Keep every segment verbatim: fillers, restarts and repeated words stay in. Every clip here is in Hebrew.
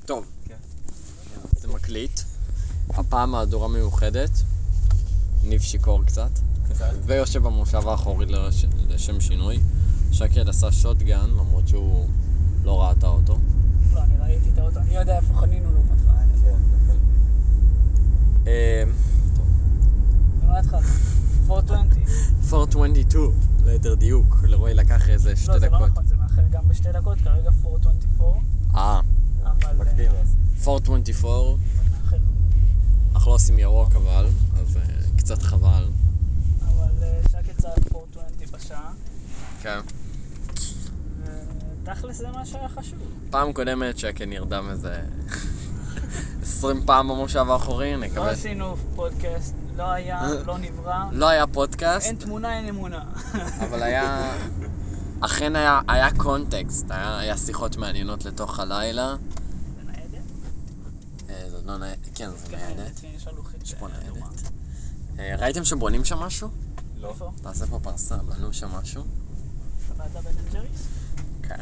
טוב, זה מקליט. הפעם מהדורה מיוחדת. ניב שיקור קצת. ויושב במושב האחורי לשם שינוי. שקל עשה שוטגן, למרות שהוא לא ראה את האוטו. לא, אני ראיתי את האוטו. אני יודע איפה חנינו לו מפה. ומה התחלנו? ארבע עשרים. ארבע עשרים ושתיים, ליתר דיוק. לרועי לקח איזה שתי דקות. לא, זה לא נכון, זה מאחר גם בשתי דקות, כרגע ארבע עשרים וארבע. אה. אבל... מקדים אז. ארבע עשרים וארבע. מאחר. אנחנו לא עושים ירוק אבל, אז קצת חבל. אבל שקל צעד ארבע עשרים בשעה. כן. ותכלס זה מה שהיה חשוב. פעם קודמת שקל נרדם איזה עשרים פעם במושב האחורי, לא נקווה. עשינו פודקאסט, לא היה, לא נברא. לא היה פודקאסט. אין תמונה, אין אמונה. אבל היה... אכן היה, היה קונטקסט, היה, היה שיחות מעניינות לתוך הלילה. זה ניידת? אה, זאת לא ניידת, כן, זו ניידת. כן, יש לה לוחית יש פה אדומה. ניידת. אה, ראיתם שבונים שם משהו? לא. איפה? תעשה פה פרסה, בנו שם משהו. בוועדה בן אנד ג'ריס? כן.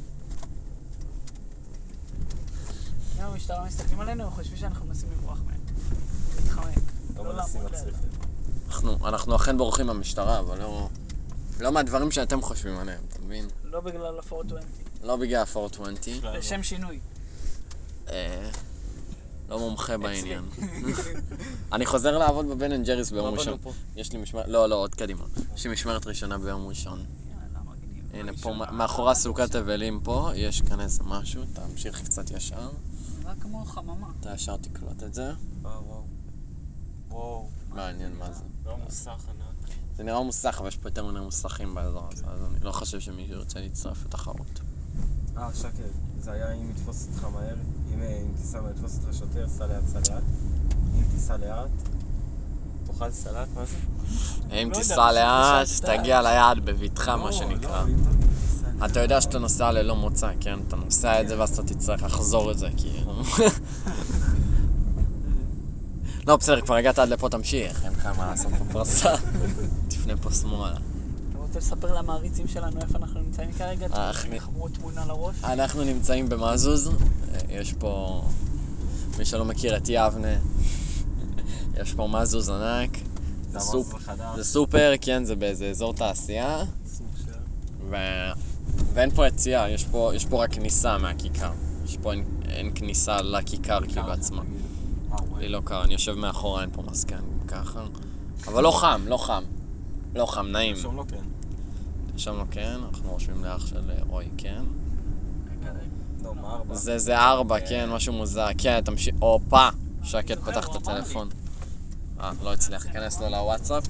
אם המשטרה מסתכלים עלינו, הם חושבים שאנחנו מנסים לברוח מהם. להתחמק. לא לא מנסים לעמוד מצליחים. לידם. אנחנו, אנחנו אכן בורחים מהמשטרה, אבל לא... לא מהדברים שאתם חושבים עליהם, אתה מבין? לא בגלל ה-ארבע עשרים. לא בגלל ארבע עשרים. לשם שינוי. אה... לא מומחה בעניין. אני חוזר לעבוד בבן אנד ג'ריס ביום מה ראשון. בנו פה? יש לי משמרת... לא, לא, עוד קדימה. יש לי משמרת ראשונה ביום ראשון. יאללה, מגניב. הנה, פה ראשונה. מאחורי מה סוכת זה אבלים פה, יש כאן איזה משהו, תמשיך קצת ישר. נראה כמו חממה. אתה ישר תקלוט את זה. וואו וואו. וואו. מעניין מה זה. לא מוסך ענק. זה נראה מוסך, אבל יש פה יותר מיני מוסכים באזור הזה, אז אני לא חושב שמישהו ירצה להצטרף לתחרות. אה, שקל. זה היה אם יתפוס אותך מהר. אם אם תיסע מהר, יתפוס אותך שוטר, סע לאט, סע לאט. אם תיסע לאט, תאכל סלט, מה זה? אם לא יודע, תיסע פשוט לאט, רשת תגיע דעת. ליעד בביטחה, מה שנקרא. לא, אם תיסע לאט. אתה יודע שאתה נוסע ללא מוצא, כן? אתה נוסע את זה ואז אתה תצטרך לחזור את זה, כאילו. לא, בסדר, כבר הגעת עד לפה, תמשיך, אין לך מה לעשות פה פרסה. תפנה פה שמאלה. אתה רוצה לספר למעריצים שלנו איפה אנחנו נמצאים כרגע? אה, הם יחברו תמונה לראש? אנחנו נמצאים במזוז, יש פה, מי שלא מכיר את יבנה, יש פה מזוז ענק. זה סופ- המזוז החדש. זה סופר, כן, זה באיזה אזור תעשייה, סוג של... ו... ואין פה יציאה, יש פה, יש פה רק כניסה מהכיכר. יש פה אין, אין כניסה לכיכר כאילו עצמה. לי לא קר, אני יושב מאחורה, אין פה מזגן ככה. אבל לא חם, לא חם. לא חם, נעים. שם לא כן. שם לא כן, אנחנו רושמים לאח של רועי, כן. לא, מה ארבע? זה זה ארבע, כן, משהו מוזר. כן, תמשיך, הופה, שקט זוכר, פתח הוא את אמר לי. הטלפון. אה, לא הצליח, להיכנס לו לוואטסאפ.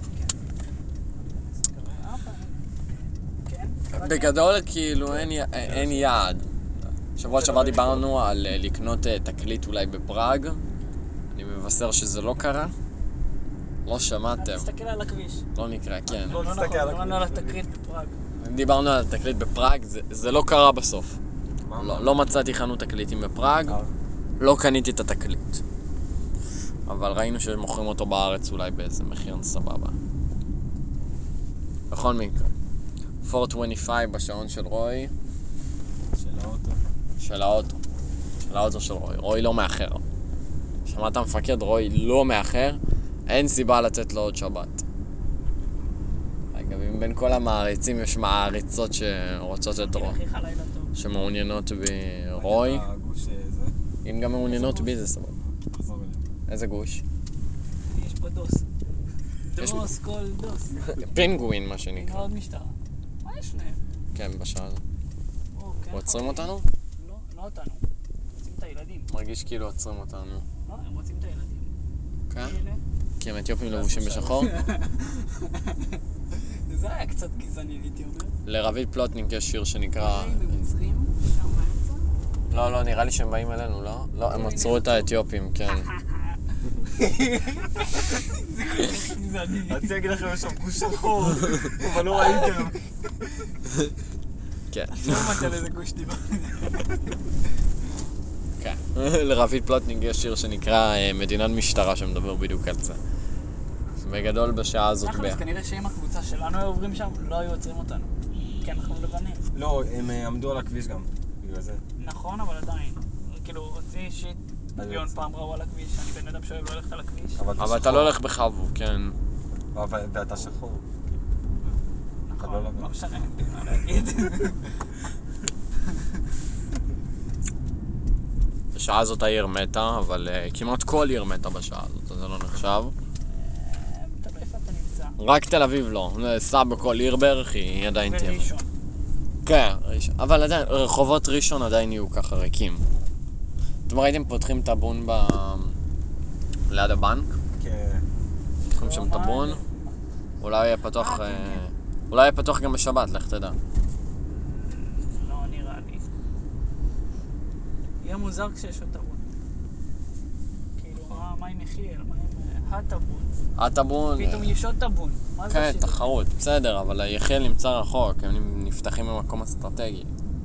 כן? בגדול, כאילו, אין י- אין יעד. שבוע שעבר דיברנו על אה, לקנות אה, תקליט אולי בפראג. אני מבשר שזה לא קרה. לא אל שמעתם. תסתכל על הכביש. לא נקרא, כן. לא נכון, תסתכל על דיברנו על הכביש. התקרית בפראג. דיברנו על תקליט בפראג, זה, זה לא קרה בסוף. מה, לא, מה? לא מצאתי חנות תקליטים בפראג, אה, לא קניתי את התקליט. אבל ראינו שמוכרים אותו בארץ אולי באיזה מחיר סבבה. בכל מקרה, ארבע עשרים וחמש בשעון של רוי, של האוטו. של האוטו. של האוטו של רוי. רוי לא מאחר. שמעת המפקד, רוי לא מאחר, אין סיבה לצאת לו עוד שבת. אגב, אם בין כל המעריצים יש מעריצות שרוצות את רוי, הכי לילה טוב. שמעוניינות ברוי, נגיד הגוש זה, אם גם מעוניינות איזה בי גוש? זה סבבה. תחזור אליהם. איזה גוש? יש פה דוס. דוס, כל דוס. פינגווין, מה הנה שנקרא. עוד משטרה. מה יש להם? כן, בשעה הזאת. או, כן, עוצרים חברים. אותנו? לא, לא אותנו. רוצים את הילדים. מרגיש כאילו עוצרים אותנו. לא, הם רוצים את הילדים. כן? הנה. כי הם אתיופים לבושים בשחור? זה היה קצת גזעני, הייתי אומר. לרביד פלוטניק יש שיר שנקרא... הם עוצרים, שם באמצע. לא, לא, נראה לי שהם באים אלינו, לא? לא, הם עצרו את האתיופים, כן. זה כל כך גזעני. רציתי להגיד לכם, יש שם גוש שחור, אבל לא ראיתם. כן. לא הבנתי על איזה גוש דיבר. כן. לרביד פלוטניק יש שיר שנקרא אה, מדינת משטרה שמדבר בדיוק על זה. בגדול בשעה הזאת ב... אז כנראה שאם הקבוצה שלנו היו עוברים שם, לא היו עוצרים אותנו. כי אנחנו לבנים. לא, הם אה, עמדו על הכביש גם, בגלל זה. נכון, אבל עדיין. כאילו, אותי אישית מיליון פעם ראו על הכביש, אני בן אדם שאוהב לא ללכת על הכביש. אבל אתה לא הולך בחבו, כן. אבל- ואתה שחור. נכון, לא לבן. לא משנה, מה להגיד. בשעה הזאת העיר מתה, אבל uh, כמעט כל עיר מתה בשעה הזאת, אז זה לא נחשב. אה, תלוי איפה אתה נמצא. רק תל אביב לא. סע בכל עיר בערך, היא עדיין תהיה. וראשון. כן, ראשון. אבל עדיין, רחובות ראשון עדיין יהיו ככה ריקים. אתם ראיתם פותחים טאבון ב... ליד הבנק? כן. פותחים שם לא, מה טאבון. זה? אולי יהיה פתוח... אה, כן, אה, כן. אולי יהיה פתוח גם בשבת, לך תדע. לא נראה לי. יהיה מוזר כשיש עוד טאבון. כאילו, מה מה עם יחיאל? מה עם אה, הטאבון? הטאבון... פתאום יש עוד טאבון. מה זה כן, השיר? תחרות, בסדר, אבל היחיאל נמצא רחוק, הם נפתחים במקום אסטרטגי.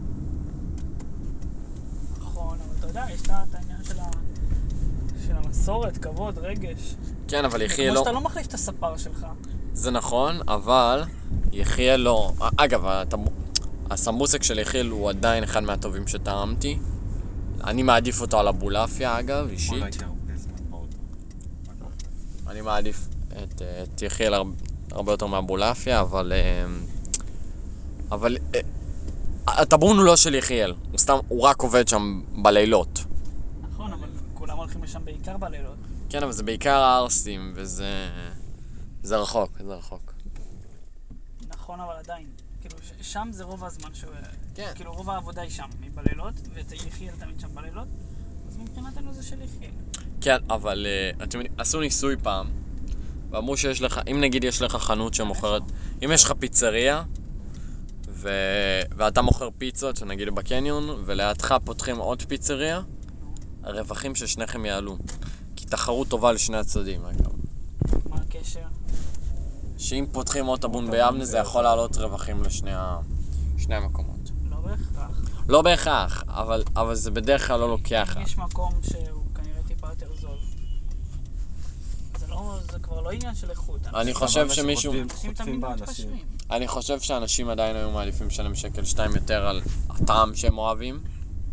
נכון, אבל אתה יודע, יש את העניין של ה... של המסורת, כבוד, רגש. כן, אבל זה יחיאל כמו לא... שאתה לא מחליף את הספר שלך. זה נכון, אבל יחיאל לא... אגב, הטאב... הסמבוסק של יחיאל הוא עדיין אחד מהטובים שטעמתי. אני מעדיף אותו על הבולאפיה, אגב, פה אישית. לא הייתי הרבה זמן באוטו. רק אוכל. אני מעדיף את, את יחיאל הרבה, הרבה יותר מהבולאפיה, אבל... אה, אבל... אה, הטאבון הוא לא של יחיאל, הוא סתם, הוא רק עובד שם בלילות. נכון, אבל כולם הולכים לשם בעיקר בלילות. כן, אבל זה בעיקר הערסים, וזה... זה רחוק, זה רחוק. נכון, אבל עדיין. כאילו, ש- שם זה רוב הזמן ש... כן. כאילו, רוב העבודה היא שם, היא בלילות, ואת יחיאל תמיד שם בלילות, אז מבחינתנו זה של יחיאל. כן, אבל uh, אתם יודעים, עשו ניסוי פעם, ואמרו שיש לך, אם נגיד יש לך חנות שמוכרת, אם יש לך פיצריה, ו... ואתה מוכר פיצות, שנגיד בקניון, ולידך פותחים עוד פיצריה, הרווחים של שניכם יעלו. כי תחרות טובה לשני הצדדים, אגב. מה הקשר? שאם פותחים עוד טאבון טאבון ביבנה, זה זה- יכול לעלות רווחים לשני ה... שני המקומות. לא בהכרח. לא בהכרח, אבל, אבל זה בדרך כלל לא לוקח. אם יש מקום שהוא כנראה טיפה יותר זול. זה לא, זה כבר לא עניין של איכות. אני אנשים- חושב אבל שמישהו... שחוטפים- אנשים חוטפים תמיד באנשים. מתפשרים. אני חושב שאנשים עדיין היו מעדיפים לשלם שקל שתיים יותר על הטעם שהם אוהבים.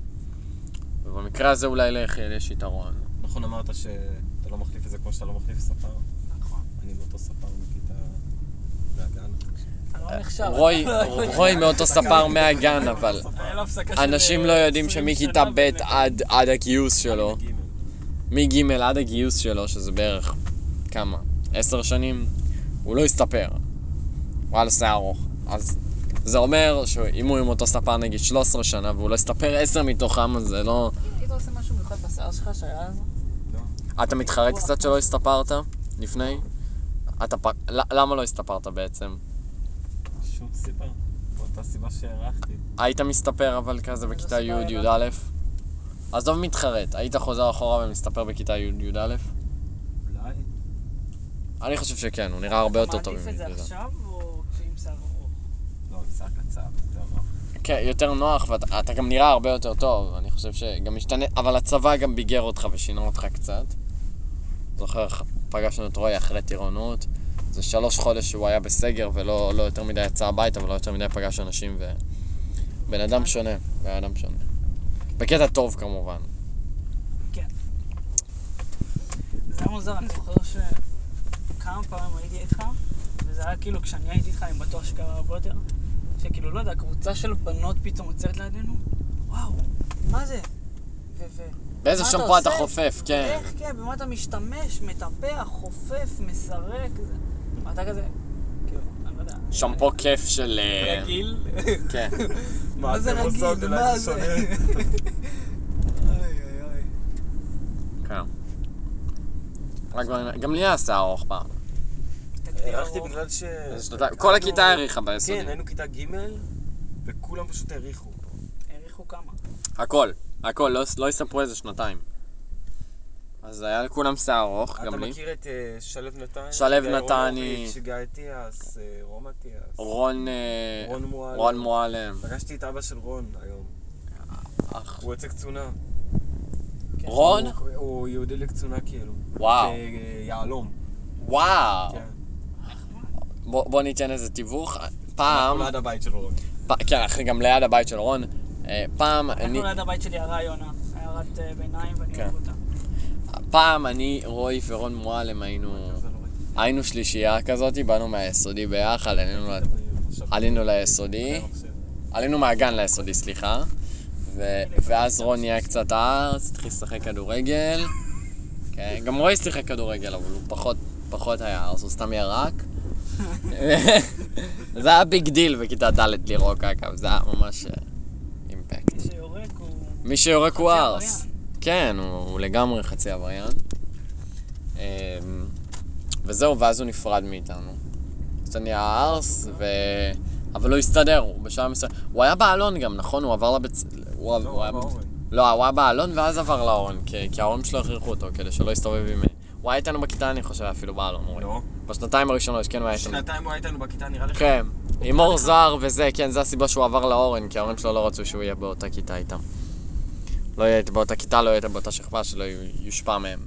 ובמקרה הזה אולי ליחיאל יש יתרון. נכון, אמרת שאתה לא מחליף את זה כמו שאתה לא מחליף ספר. נכון. אני מאותו ספר מכיתה מהגן. אתה לא נחשב. רוי, אתה לא- רוי מאותו ספר מהגן, אבל היה לו הפסקה של אנשים לא אה, יודעים עשרים שמכיתה שנה ב' ביניהם. עד, עד הגיוס שלו, אני מג' עד הגיוס שלו, שזה בערך כמה? עשר שנים, הוא לא הסתפר. הוא היה לו שיער ארוך. אז זה אומר שאם הוא עם אותו ספר נגיד שלוש עשרה שנה והוא לא הסתפר עשר מתוכם, אז זה לא... היית עושה משהו מיוחד בשיער שלך שהיה אז? לא. אתה מתחרט פיתוח, קצת שלא משהו. הסתפרת לפני? אתה פ... ל- למה לא הסתפרת בעצם? שום סיבה. באותה סיבה שהערכתי. היית מסתפר אבל כזה איזו בכיתה סיבה י' הערכת? י' א'? עזוב מתחרט, היית חוזר אחורה ומסתפר בכיתה י' י' א'? אולי. אני חושב שכן, הוא נראה הרבה יותר טוב אתה מעדיף את זה מכיתה. עכשיו או כשעם שיער ארוך? לא, עם שיער קצר, יותר נוח. כן, יותר נוח ואתה גם נראה הרבה יותר טוב, אני חושב שגם משתנה, אבל הצבא גם ביגר אותך ושינה אותך קצת. זוכר, פגשנו את רוי אחרי טירונות, זה שלוש חודש שהוא היה בסגר ולא לא יותר מדי יצא הביתה ולא יותר מדי פגש אנשים ו... בן אדם שונה, בן אדם שונה. בקטע טוב כמובן. כן. זה היה מוזר, אני זוכר שכמה פעמים הייתי איתך, וזה היה כאילו כשאני הייתי איתך, אני בטוח שקרה הרבה יותר, שכאילו, לא יודע, קבוצה של בנות פתאום עוצרת לידינו, וואו, מה זה? ו... ו... באיזה מה שמפו אתה עושה? חופף, כן. ואיך, כן, במה אתה משתמש, מטפח, חופף, מסרק, זה... ואתה כזה, כאילו, אני לא יודע. שמפו כיף של... אה, רגיל? כן. מה זה אתם עושות? רגיל? אולי מה זה זה? שונה. אוי אוי אוי. כן. רק גם- גם לי היה שיער ארוך פעם. תגדיר הערכתי ארוך. בגלל ש... איזה שנתיים. כל היינו- הכיתה העריכה ביסודי. כן, היינו כיתה ג' וכולם פשוט העריכו. העריכו כמה. הכל, הכל, לא, לא יספרו איזה שנתיים. אז היה לכולם שיער ארוך, גם אתה לי. מכיר את אה, שלו נתני? שלו גיא נתני. רונוביץ', גיא אטיאס, אה, רום אטיאס. רון... אה, רון מועלם. רון מועלם. פגשתי את אבא של רון היום. אח. הוא יוצא קצונה. רון? הוא- הוא יהודי לקצונה כאילו. וואו. ביהלום. וואו. כן. בוא, בוא ניתן איזה תיווך. אנחנו פעם... ליד הבית של רון. פ... כן, אחי, גם ליד הבית של רון. אה, פעם אנחנו אני... ליד הבית שלי, הרעיונה. היה הערת אה, ביניים ואני כן. אוהב אותה. פעם אני, רועי ורון מועלם היינו... היינו שלישייה כזאת, באנו מהיסודי ביחד, עלינו, ל... עלינו ליסודי, עלינו מהגן ליסודי, סליחה, ו... ואז רון נהיה קצת ארץ, התחיל לשחק כדורגל, כן, גם רועי שיחק כדורגל, אבל הוא פחות, פחות היה ארץ, הוא סתם ירק. זה היה ביג דיל בכיתה ד' לירוק אגב, זה היה ממש אימפקט. מי שיורק הוא... מי שיורק הוא חצי ארץ. עבריין. כן, הוא, הוא לגמרי חצי עבריין. אמ, וזהו, ואז הוא נפרד מאיתנו. אז אני נהיה ארס, ו... אבל הוא הסתדר, הוא בשעה מסוים. הוא היה באלון גם, נכון? הוא עבר לבית... הוא, לא, הוא היה... באורן. לא, הוא היה באלון ואז עבר לאורן, כי, כי ההורים שלו הכריחו אותו, כדי שלא יסתובב עם... הוא היה איתנו בכיתה, אני חושב, אפילו באלון. אורי. לא. בשנתיים הראשונות, כן, הוא היה איתנו. שנתיים הוא היה איתנו בכיתה, נראה לך? כן, עם אור זוהר וזה, כן, זה הסיבה שהוא עבר לאורן, כי ההורים שלו לא רצו שהוא יהיה באותה כיתה איתם. לא יהיה באותה כיתה, לא יהיה באותה שכבה, שלא יושפע מהם.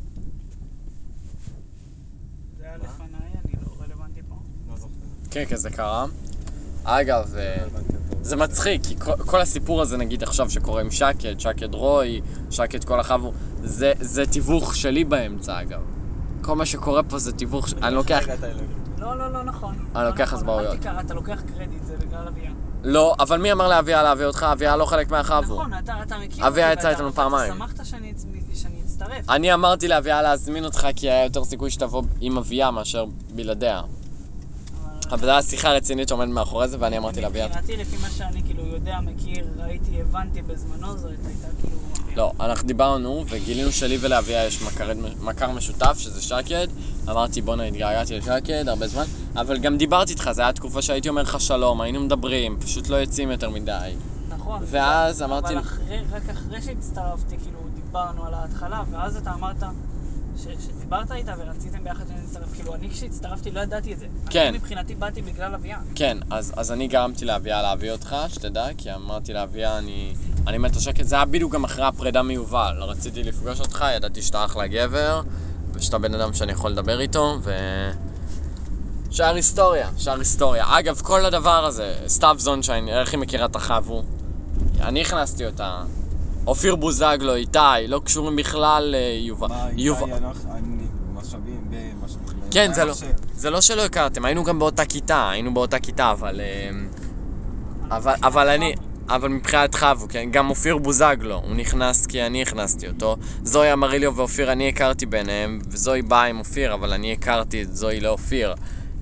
זה היה לפניי, אני לא רלוונטי פה. לא זוכר. כן, כן, זה קרה. אגב, אה, זה מצחיק, כי כל, כל הסיפור הזה, נגיד עכשיו שקורה עם שקד, שקד רוי, שקד כל החבו, זה, זה תיווך שלי באמצע, אגב. כל מה שקורה פה זה תיווך, ש... אני לוקח... לא, לא, לא נכון. אני לא לוקח נכון. הסברויות. אל תיקח, אתה לוקח קרדיט, זה בגלל אביה. לא, אבל מי אמר לאביה להביא אותך? אביה לא חלק מהחבו. נכון, אתה, אתה מכיר אביה אותי, יצא איתנו פעמיים. ואתה שמחת שאני, שאני אצטרף. אני אמרתי לאביה להזמין אותך כי היה יותר סיכוי שתבוא עם אביה מאשר בלעדיה. אבל זו הייתה שיחה רצינית שעומדת מאחורי זה, ואני אמרתי לאביה... מבחינתי, לפי מה שאני כאילו יודע, מכיר, ראיתי, הבנתי בזמנו, זאת הייתה כאילו... לא, אנחנו דיברנו וגילינו שלי ולאביה יש מכר, מכר משותף, שזה שקד. אמרתי, בוא נתגעגעתי לשקד הרבה זמן, אבל גם דיברתי איתך, זו הייתה תקופה שהייתי אומר לך שלום, היינו מדברים, פשוט לא יוצאים יותר מדי. נכון. ואז אמרתי... אבל אחרי, רק אחרי שהצטרפתי, כאילו, דיברנו על ההתחלה, ואז אתה אמרת... ש- שדיברת איתה ורציתם ביחד שנצטרף, כאילו אני כשהצטרפתי לא ידעתי את זה. כן. אני מבחינתי באתי בגלל אביה. כן, אז, אז אני גרמתי לאביה להביא אותך, שתדע, כי אמרתי לאביה, אני, אני מת השקט, זה היה בדיוק גם אחרי הפרידה מיובל. רציתי לפגוש אותך, ידעתי שאתה אחלה גבר, ושאתה בן אדם שאני יכול לדבר איתו, ו... שער היסטוריה, שער היסטוריה. אגב, כל הדבר הזה, סתיו זונשיין, איך היא מכירה את החבו? אני הכנסתי אותה. אופיר בוזגלו, איתי, לא קשורים בכלל ליובל. מה, איתי יובל... אנחנו, אני, משאבים, במשאבים. כן, זה לא, זה לא שלא הכרתם, היינו גם באותה כיתה, היינו באותה כיתה, אבל... אבל, אבל אני... אבל מבחינת חבו, כן? גם אופיר בוזגלו, הוא נכנס כי אני הכנסתי אותו. זוהי אמריליו ואופיר, אני הכרתי ביניהם, וזוהי באה עם אופיר, אבל אני הכרתי את זוהי לאופיר.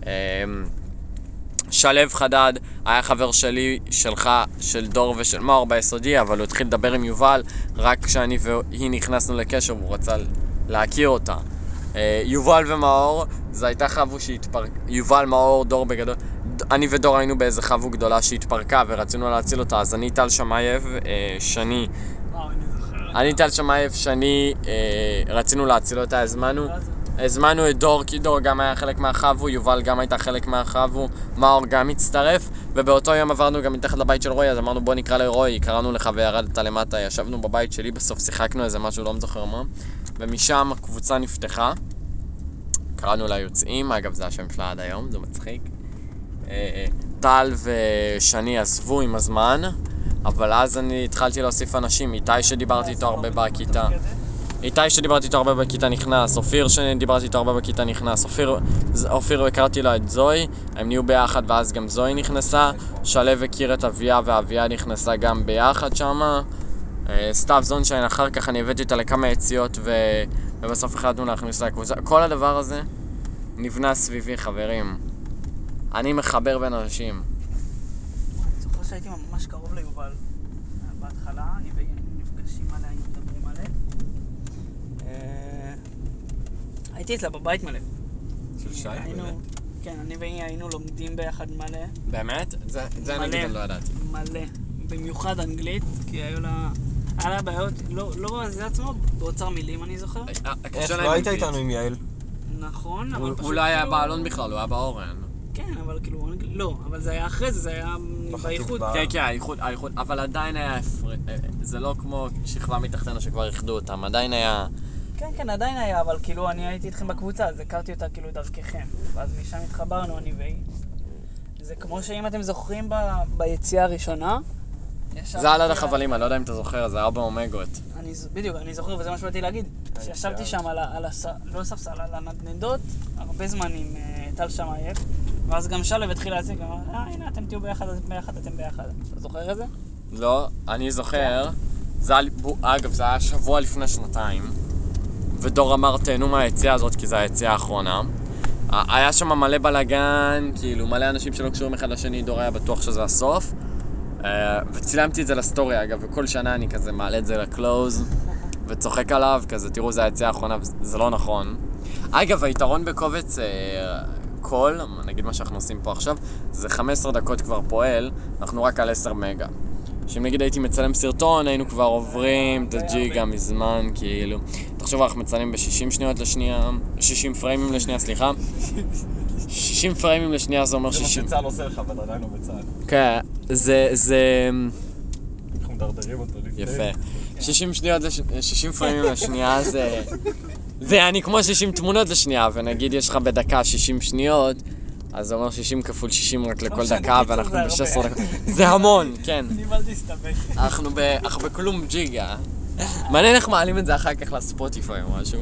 שלב חדד היה חבר שלי, שלך, של דור ושל מאור ביסודי, אבל הוא התחיל לדבר עם יובל רק כשאני והיא נכנסנו לקשר והוא רצה להכיר אותה. יובל ומאור, זו הייתה חבו שהתפרק... יובל, מאור, דור בגדול. אני ודור היינו באיזה חבו גדולה שהתפרקה ורצינו להציל אותה, אז אני טל שמייב, שני. וואו, אני זוכר. אני טל שמייב, שני, רצינו להציל אותה, הזמנו. הזמנו את דור, כי דור גם היה חלק מהחבו, יובל גם הייתה חלק מהחבו, מאור גם הצטרף, ובאותו יום עברנו גם מתחת לבית של רוי, אז אמרנו בוא נקרא לרוי, קראנו לך וירדת למטה, ישבנו בבית שלי, בסוף שיחקנו איזה משהו, לא מזוכר מה, ומשם הקבוצה נפתחה, קראנו לה יוצאים, אגב זה השם שלה עד היום, זה מצחיק. טל ושני עזבו עם הזמן, אבל אז אני התחלתי להוסיף אנשים, איתי שדיברתי איתו הרבה בכיתה. איתי שדיברתי איתו הרבה בכיתה נכנס, אופיר שדיברתי איתו הרבה בכיתה נכנס, אופיר, אופיר הכרתי לו את זוהי, הם נהיו ביחד ואז גם זוהי נכנסה, שלב הכיר את אביה ואביה נכנסה גם ביחד שמה, סתיו זונשיין אחר כך אני הבאתי אותה לכמה יציאות ו... ובסוף החלטנו להכניס לקבוצה, כל הדבר הזה נבנה סביבי חברים, אני מחבר בין אנשים. אני זוכר שהייתי ממש קרוב ליובל בהתחלה, אני והיינו נפגשים עליה, היינו מדברים עליה. הייתי אצלה בבית מלא. של שי? באמת? כן, אני והיא היינו לומדים ביחד מלא. באמת? זה, זה נגיד אני לא ידעתי. מלא. במיוחד אנגלית, כי היו לה... היה לה בעיות, לא, לא זה עצמו, באוצר מילים אני זוכר. איך לא היית איתנו עם יעל? נכון, אבל פשוט... הוא לא היה באלון בכלל, הוא היה באורן. כן, אבל כאילו, לא, אבל זה היה אחרי זה, זה היה באיחוד. כן, כן, האיחוד, האיחוד, אבל עדיין היה, זה לא כמו שכבה מתחתנו שכבר איחדו אותם, עדיין היה... כן, כן, עדיין היה, אבל כאילו אני הייתי איתכם בקבוצה, אז הכרתי אותה כאילו דרככם. ואז משם התחברנו, אני והיא. זה כמו שאם אתם זוכרים ב... ביציאה הראשונה, זה על עד החבלים, אני לא יודע אם אתה זוכר, זה היה באומגות. אני אני, בדיוק, אני זוכר, וזה מה שבאתי להגיד, שישבתי שם על ה... על הס... לא ספסל, על הנדנדות, הרבה זמן עם uh, טל שמאייב, ואז גם שלו התחיל להציג, אמר, אה, הנה, אתם תהיו ביחד, אתם ביחד, אתם ביחד. אתה זוכר את זה? לא, אני זוכר, זה היה, אגב, זה היה שבוע לפני שנתיים, ודור אמר, תהנו מהיציאה הזאת, כי זו היציאה האחרונה. היה שם מלא בלגן, כאילו, מלא אנשים שלא קשורים אחד לשני, דור היה בטוח שזה הסוף. וצילמתי את זה לסטורי, אגב, וכל שנה אני כזה מעלה את זה לקלוז, וצוחק עליו, כזה, תראו, זה היציאה האחרונה, וזה לא נכון. אגב, היתרון בקובץ קול, נגיד מה שאנחנו עושים פה עכשיו, זה חמש עשרה דקות כבר פועל, אנחנו רק על עשר מגה. שאם נגיד הייתי מצלם סרטון, היינו כבר עוברים את הג'יגה מזמן, כאילו. תחשוב, אנחנו מצלמים ב-שישים שניות לשנייה, שישים פריימים לשנייה, סליחה. שישים פריימים לשנייה זה אומר שישים. זה מה שצהל עושה לך, אבל עדיין לא בצהל. כן, זה, זה... אנחנו מדרדרים אותו לפני. יפה. שישים שניות, שישים פריימים לשנייה זה... זה אני כמו שישים תמונות לשנייה, ונגיד יש לך בדקה שישים שניות, אז זה אומר שישים כפול שישים רק לכל דקה, ואנחנו ב-שש עשרה דקות. זה המון, כן. אני בא להסתבק. אנחנו בכלום ג'יגה. מעניין איך מעלים את זה אחר כך לספוטיפיי או משהו.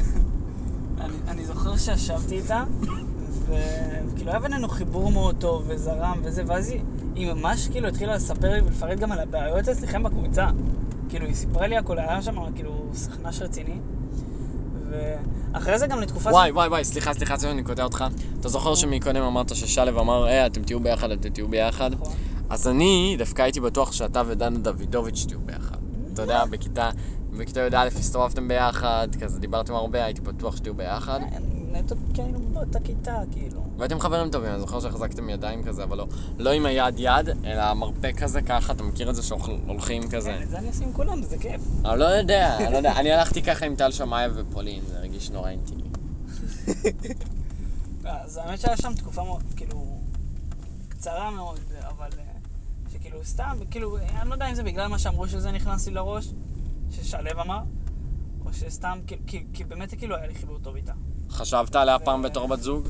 אני זוכר שישבתי איתה, וכאילו היה בינינו חיבור מאוד טוב וזרם וזה, ואז היא ממש כאילו התחילה לספר לי ולפרט גם על הבעיות אצלכם בקבוצה. כאילו היא סיפרה לי הכל, היה שם כאילו סכנש רציני. ואחרי זה גם לתקופה... וואי, וואי, וואי, סליחה, סליחה, אני קוטע אותך. אתה זוכר שמקודם אמרת ששלב אמר, אה, אתם תהיו ביחד, אתם תהיו ביחד? אז אני דווקא הייתי בטוח שאתה ודנה דוידוביץ' תהיו ביחד. אתה יודע, בכיתה, בכיתה י"א הסתובבתם ביחד, כזה דיברתם הרבה, הייתי בטוח שתהיו ביחד. נטו, כי היינו באותה כיתה, כאילו. והייתם חברים טובים, אני זוכר שהחזקתם ידיים כזה, אבל לא, לא עם היד יד, אלא מרפא כזה ככה, אתה מכיר את זה שהולכים כזה? כן, את זה אני אעשה עם כולם, זה כיף. אני לא יודע, אני לא יודע, אני הלכתי ככה עם טל שמאייב ופולין, זה הרגיש נורא אינטימי. אז האמת שהיה שם תקופה מאוד, כאילו, קצרה מאוד, אבל שכאילו סתם, כאילו, אני לא יודע אם זה בגלל מה שאמרו שזה נכנס לי לראש, ששלב אמר, או שסתם, כי, כי באמת כאילו היה לי חיבור טוב איתה. חשבת עליה פעם בתור בת זוג?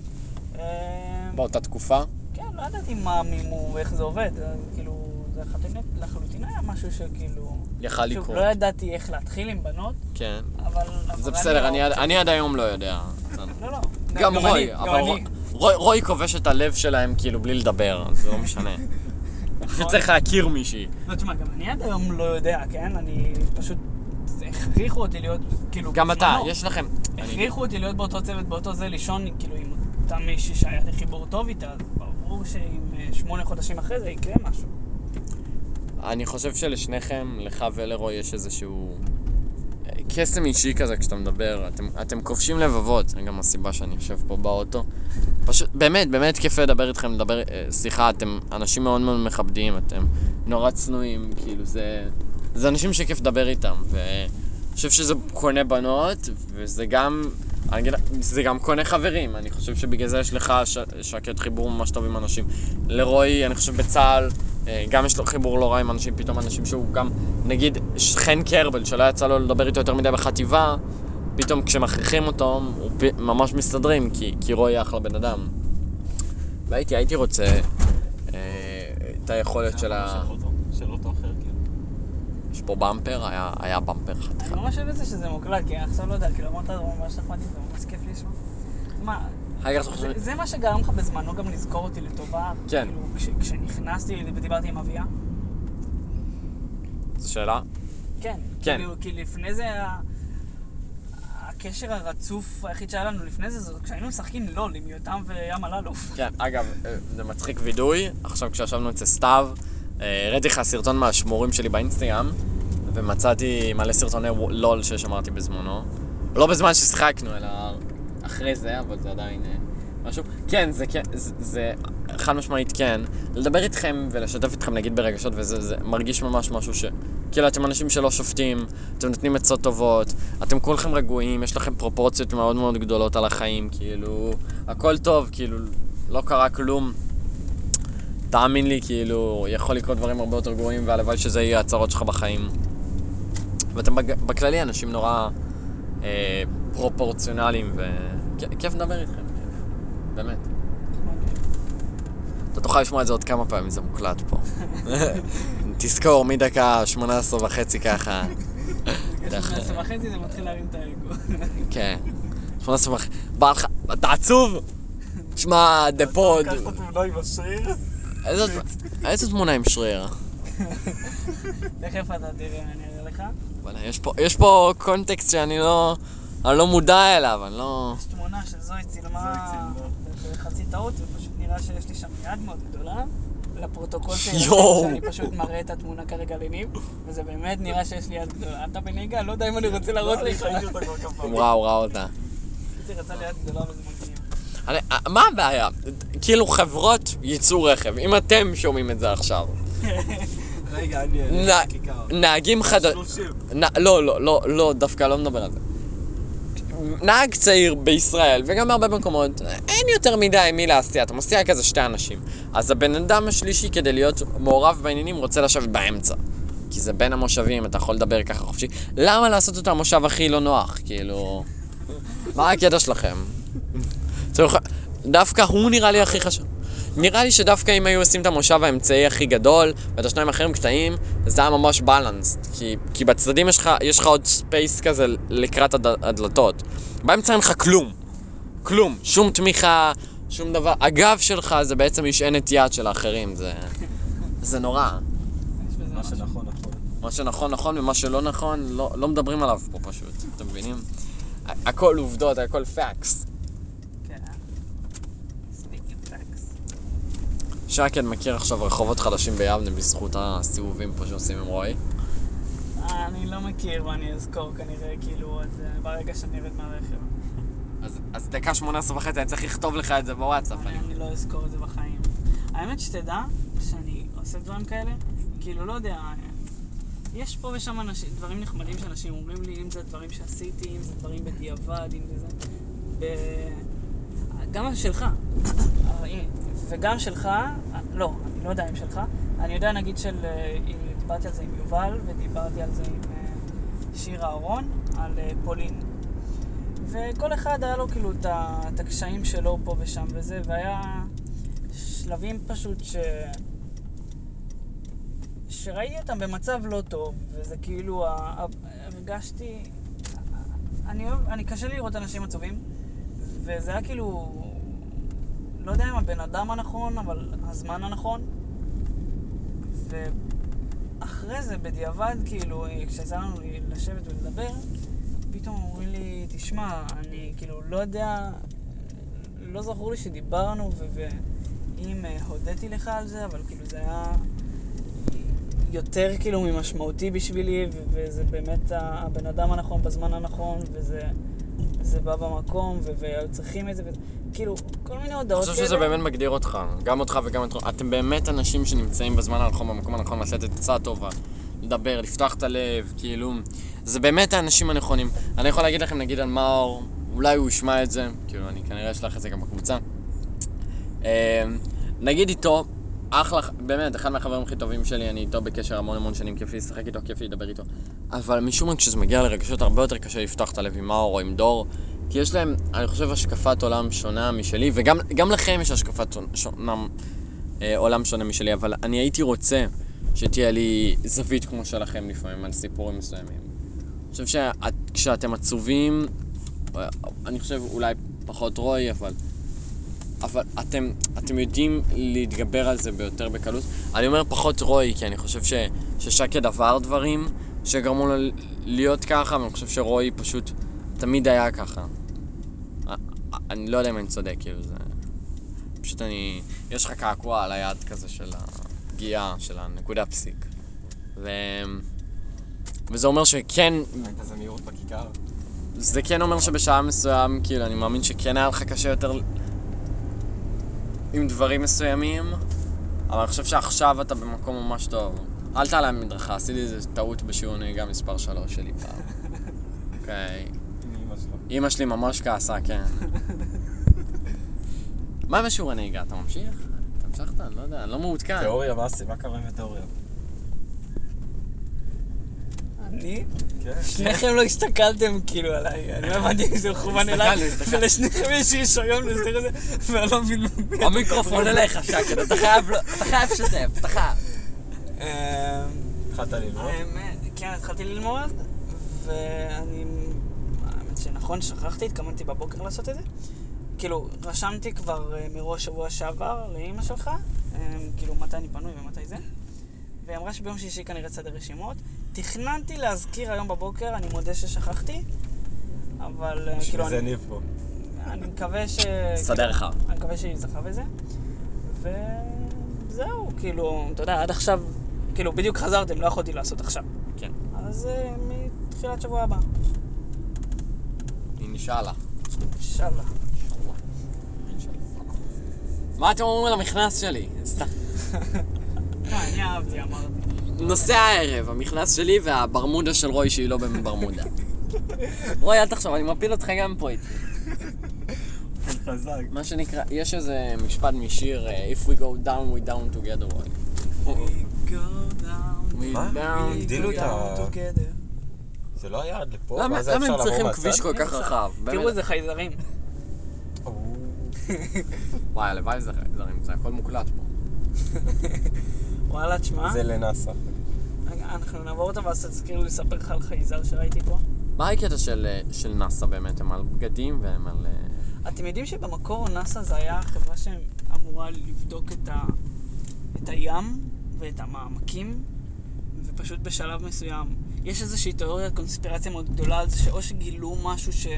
באותה תקופה? כן, לא ידעתי מה מימו ואיך זה עובד, כאילו, זה לחלוטין היה משהו שכאילו... יכל לקרות. שוב, לא ידעתי איך להתחיל עם בנות, כן. אבל... זה בסדר, אני עד היום לא יודע. לא, לא. גם רוי, אבל רוי כובש את הלב שלהם כאילו בלי לדבר, אז זה לא משנה. צריך להכיר מישהי. לא, תשמע, גם אני עד היום לא יודע, כן? אני פשוט... הכריחו אותי להיות, כאילו... גם אתה, יש לכם... הכריחו אותי להיות באותו צוות, באותו זה, לישון, כאילו, עם אותה מישהי שהיה לי חיבור טוב איתה, אז ברור שעם שמונה חודשים אחרי זה יקרה משהו. אני חושב שלשניכם, לך ולרוי, יש איזשהו קסם אישי כזה כשאתה מדבר. אתם, אתם כובשים לבבות, זה גם הסיבה שאני יושב פה באוטו. פשוט, באמת, באמת כיף לדבר איתכם, לדבר, סליחה, אתם אנשים מאוד מאוד מכבדים, אתם נורא צנועים, כאילו זה... זה אנשים שכיף לדבר איתם, ואני חושב שזה קונה בנות, וזה גם... אני אגיד, זה גם קונה חברים, אני חושב שבגלל זה יש לך ש... שקט חיבור ממש טוב עם אנשים. לרוי, אני חושב בצהל, גם יש לו חיבור לא רע עם אנשים, פתאום אנשים שהוא גם, נגיד, חן קרבל, שלא יצא לו לדבר איתו יותר מדי בחטיבה, פתאום כשמכריחים אותו, הוא פ... ממש מסתדרים, כי, כי רוי אחלה בן אדם. והייתי, הייתי רוצה אה, את היכולת של ה... של אותו אחר, כאילו. יש פה במפר, היה, היה במפר חתיכה. אני ממש אוהב את זה שזה מוקלט, כי עכשיו לא יודע, כאילו אמרת, זה ממש נחמד, זה ממש כיף לשמוע. מה, זה מה שגרם לך בזמנו גם לזכור אותי לטובה? כן. כאילו, כשנכנסתי ודיברתי עם אביה? זו שאלה? כן. כן. כי לפני זה, הקשר הרצוף היחיד שהיה לנו לפני זה, זה כשהיינו משחקים לול עם יותם וים אלאלוף. כן, אגב, זה מצחיק וידוי. עכשיו כשישבנו אצל סתיו, הראיתי לך סרטון מהשמורים שלי באינסטגרם, ומצאתי מלא סרטוני לול ששמרתי בזמנו. לא בזמן ששחקנו, אלא אחרי זה, אבל זה עדיין משהו. כן, זה כן, זה, זה חד משמעית כן. לדבר איתכם ולשתף איתכם נגיד ברגשות, וזה זה מרגיש ממש משהו ש... כאילו אתם אנשים שלא שופטים, אתם נותנים עצות טובות, אתם כולכם רגועים, יש לכם פרופורציות מאוד מאוד גדולות על החיים, כאילו, הכל טוב, כאילו, לא קרה כלום. תאמין לי, כאילו, יכול לקרות דברים הרבה יותר גרועים, והלוואי שזה יהיה הצרות שלך בחיים. ואתם בכללי אנשים נורא אה, פרופורציונליים, וכיף לדבר איתכם, באמת. אתה תוכל לשמוע את זה עוד כמה פעמים, זה מוקלט פה. תזכור, מדקה שמונה עשרה וחצי ככה. בגלל שמונה עשרה וחצי זה מתחיל להרים את האגו. כן. שמונה עשרה וחצי. בא לך, אתה עצוב? תשמע, דפוד. לקחת תמונה עם השריר? איזה תמונה עם שריר? תכף אתה תראה, אני אראה לך. וואלה, יש פה, יש פה קונטקסט שאני לא, אני לא מודע אליו, אני לא... יש תמונה של זוהי צילמה זוהי צילמה. בחצי טעות, ופשוט נראה שיש לי שם יד מאוד גדולה. לפרוטוקול שיירשם יואו. שאני פשוט מראה את התמונה כרגע לניב, וזה באמת נראה שיש לי יד גדולה. אתה בנהיגה, לא יודע אם אני רוצה להראות לך. ראיתי אותה כבר כמה פעמים. וואו, ראה אותה. הייתי רצה לי יד גדולה וזה מגניב. אני, מה הבעיה? כאילו חברות ייצור רכב, אם אתם שומעים את זה עכשיו. רגע, אני אעלה נ- בכיכר. נהגים חדשים... שלושים. לא, לא, לא, לא, דווקא לא מדבר על זה. נהג צעיר בישראל, וגם בהרבה מקומות, אין יותר מדי מי להסתיע, אתה מסתיע כזה שתי אנשים. אז הבן אדם השלישי, כדי להיות מעורב בעניינים, רוצה לשבת באמצע. כי זה בין המושבים, אתה יכול לדבר ככה חופשי. למה לעשות אותו המושב הכי לא נוח? כאילו... מה הקטע שלכם? צריך- דווקא הוא נראה לי הכי חשוב. נראה לי שדווקא אם היו עושים את המושב האמצעי הכי גדול, ואת השניים האחרים קטעים, זה היה ממש בלנסט. כי, כי בצדדים יש לך, יש לך עוד ספייס כזה לקראת הד, הדלתות. באמצע אין לך כלום. כלום. שום תמיכה, שום דבר. הגב שלך זה בעצם משענת יד של האחרים. זה, זה נורא. יש בזה מה משהו. שנכון, נכון. מה שנכון נכון ומה שלא נכון, לא, לא מדברים עליו פה פשוט. אתם מבינים? ה- הכל עובדות, הכל פאקס. כן. Speaking facts. שקד מכיר עכשיו רחובות חדשים ביבנה בזכות הסיבובים פה שעושים עם רועי. אה, אני לא מכיר ואני אזכור כנראה, כאילו, את זה ברגע שאני ארד מהרכב. אז, אז דקה שמונה עשרה וחצי, אני צריך לכתוב לך את זה בוואטסאפ. אני, אני לא אזכור את זה בחיים. האמת שתדע שאני עושה דברים כאלה, כאילו, לא יודע, יש פה ושם אנשים, דברים נחמדים שאנשים אומרים לי, אם זה דברים שעשיתי, אם זה דברים בדיעבד, אם זה זה. ב... גם שלך, וגם שלך, לא, אני לא יודע אם שלך, אני יודע נגיד של, דיברתי על זה עם יובל, ודיברתי על זה עם שיר אהרון, על פולין. וכל אחד היה לו כאילו את ה- את הקשיים שלו פה ושם וזה, והיה שלבים פשוט ש... שראיתי אותם במצב לא טוב, וזה כאילו, ה- ה- הרגשתי... אני אוהב, אני קשה לי לראות אנשים עצובים, וזה היה כאילו... לא יודע אם הבן אדם הנכון, אבל הזמן הנכון. ואחרי זה, בדיעבד, כאילו, כשיצא לנו לשבת ולדבר, פתאום אומרים לי, תשמע, אני כאילו לא יודע, לא זכור לי שדיברנו, ו- ואם uh, הודיתי לך על זה, אבל כאילו זה היה יותר כאילו ממשמעותי בשבילי, ו- וזה באמת הבן אדם הנכון בזמן הנכון, וזה זה בא במקום, ו- וצריכים את זה, וכאילו, כל מיני אני הודעות חושב שזה באמת מגדיר אותך, גם אותך וגם אותך. אתם באמת אנשים שנמצאים בזמן הנכון, במקום הנכון, לעשות את עצה טובה, לדבר, לפתוח את הלב, כאילו... זה באמת האנשים הנכונים. אני יכול להגיד לכם, נגיד על מאור, אולי הוא ישמע את זה, כאילו, אני כנראה אשלח את זה גם בקבוצה. אה, נגיד איתו, אחלה, באמת, אחד מהחברים הכי טובים שלי, אני איתו בקשר המון המון שנים, כיף לי לשחק איתו, כיף לי לדבר איתו. אבל משום מה כשזה מגיע לרגשות, הרבה יותר קשה לפתוח את הלב עם מאור או עם דור, כי יש להם, אני חושב, השקפת עולם שונה משלי, וגם גם לכם יש השקפת שונה, אה, עולם שונה משלי, אבל אני הייתי רוצה שתהיה לי זווית כמו שלכם לפעמים, על סיפורים מסוימים. אני חושב שכשאתם עצובים, אני חושב אולי פחות רוי, אבל... אבל אתם, אתם יודעים להתגבר על זה ביותר בקלות. אני אומר פחות רוי, כי אני חושב ש, ששקד עבר דברים שגרמו לו להיות ככה, ואני חושב שרוי פשוט תמיד היה ככה. אני לא יודע אם אני צודק, כאילו זה... פשוט אני... יש לך קעקוע על היד כזה של הפגיעה, של הנקודה פסיק. ו... וזה אומר שכן... ראית איזה מהירות בכיכר? זה כן אומר שבשעה מסוים, כאילו, אני מאמין שכן היה לך קשה יותר עם דברים מסוימים, אבל אני חושב שעכשיו אתה במקום ממש טוב. אל תעלה מדרכה, עשיתי איזה טעות בשיעור נהיגה מספר שלוש שלי פעם. אוקיי. עם אמא שלך. אמא שלי ממש כעסה, כן. מה בשיעור הנהיגה? אתה ממשיך? אתה המשכת? אני לא יודע, אני לא מעודכן. תיאוריה, מה עשי? מה קרה עם התיאוריה? אני? כן. שניכם לא הסתכלתם כאילו עליי, אני לא הבנתי אם זה מכוון אליי, הסתכלנו, הסתכלנו. ולשניכם יש רישיון לזה כזה, ואני לא מבין מי אתה המיקרופון מדבר. אליך, שקד, אתה חייב, אתה חייב לשתף, אתה חייב. אמ, התחלת ללמוד? האמת, כן, התחלתי ללמוד, ואני... האמת שנכון, שכחתי, התכוונתי בבוקר לעשות את זה. כאילו, רשמתי כבר אה, מראש שבוע שעבר לאמא שלך, אה, כאילו, מתי אני פנוי ומתי זה. והיא אמרה שביום שישי כנראה צד הרשימות. תכננתי להזכיר היום בבוקר, אני מודה ששכחתי, אבל אה, כאילו... בשביל זה אני- ניב פה. אני מקווה ש... סדר לך. אני מקווה שהיא זכה בזה. וזהו, כאילו, אתה יודע, עד עכשיו, כאילו, בדיוק חזרתם, לא יכולתי לעשות עכשיו. כן. אז אה, מתחילת שבוע הבא. אינשאללה. אינשאללה. מה אתם אומרים על המכנס שלי? סתם. מה, אני אהבתי, אמרתי. נושא הערב, המכנס שלי והברמודה של רוי שהיא לא ברמודה. רוי, אל תחשוב, אני מפיל אותך גם פה איתי. חזק. מה שנקרא, יש איזה משפט משיר, אה, If we go down, we down together, רוי. We go down, We מה? down הגדילו את go ה- down together. זה לא היה עד לפה? למה ואז היה למה אפשר הם לעבור צריכים מהצד? כביש כל כך אין רחב? תראו באמת. איזה חייזרים. או, וואי, הלוואי זה חייזרים, זה הכל מוקלט פה. וואלה, תשמע, זה לנאסא. רגע, אנחנו נעבור אותה ואז תזכיר לי לספר לך על חייזר שראיתי פה. מה הקטע של, אה, של נאסא באמת? הם על בגדים והם על... אה, אתם יודעים שבמקור נאסא זה היה חברה שאמורה לבדוק את, ה... את הים ואת המעמקים, ופשוט בשלב מסוים יש איזושהי תיאוריית קונספירציה מאוד גדולה על זה שאו שגילו משהו ש...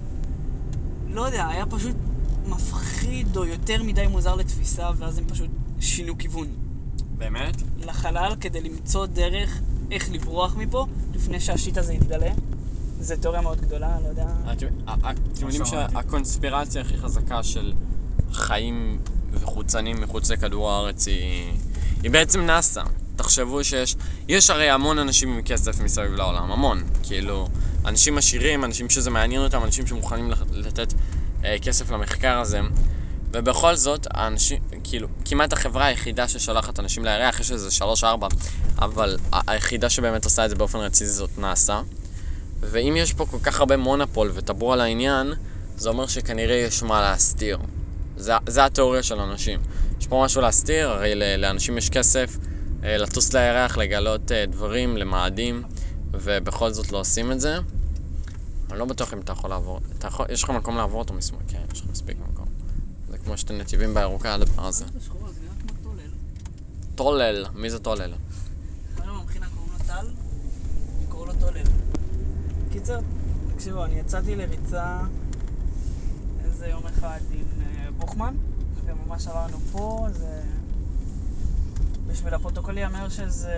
לא יודע, היה פשוט מפחיד או יותר מדי מוזר לתפיסה, ואז הם פשוט שינו כיוון באמת? לחלל כדי למצוא דרך איך לברוח מפה לפני שהשיט הזה יתגלה. זו תיאוריה מאוד גדולה, לא יודע. אתם אתם יודעים שמעתי. שהקונספירציה הכי חזקה של חיים וחוצנים מחוץ לכדור הארץ היא, היא בעצם נאסא. תחשבו שיש, יש הרי המון אנשים עם כסף מסביב לעולם, המון. כאילו, אנשים עשירים, אנשים שזה מעניין אותם, אנשים שמוכנים לח- לתת אה, כסף למחקר הזה. ובכל זאת, האנשים, כאילו, כמעט החברה היחידה ששולחת אנשים לירח, יש איזה שלוש ארבע, אבל ה- היחידה שבאמת עושה את זה באופן רציני זאת נאסא. ואם יש פה כל כך הרבה מונופול וטבור על העניין, זה אומר שכנראה יש מה להסתיר. זה, זה התיאוריה של אנשים. יש פה משהו להסתיר, הרי ל- לאנשים יש כסף אה, לטוס לירח, לגלות אה, דברים, למאדים, ובכל זאת לא עושים את זה. אני לא בטוח אם אתה יכול לעבור, אתה יכול, יש לך מקום לעבור אותו משמאל, כן, יש לך מספיק מקום. זה כמו שאתם נתיבים בירוקה על הדבר הזה. זה שחור, זה נראה כמו טולל. טולל, מי זה טולל? אחד הממחינה קוראים לו טל, קוראים לו טולל. קיצר, תקשיבו, אני יצאתי לריצה איזה יום אחד עם אה, בוכמן, וממש עברנו פה, זה... בשביל הפרוטוקול יאמר שזה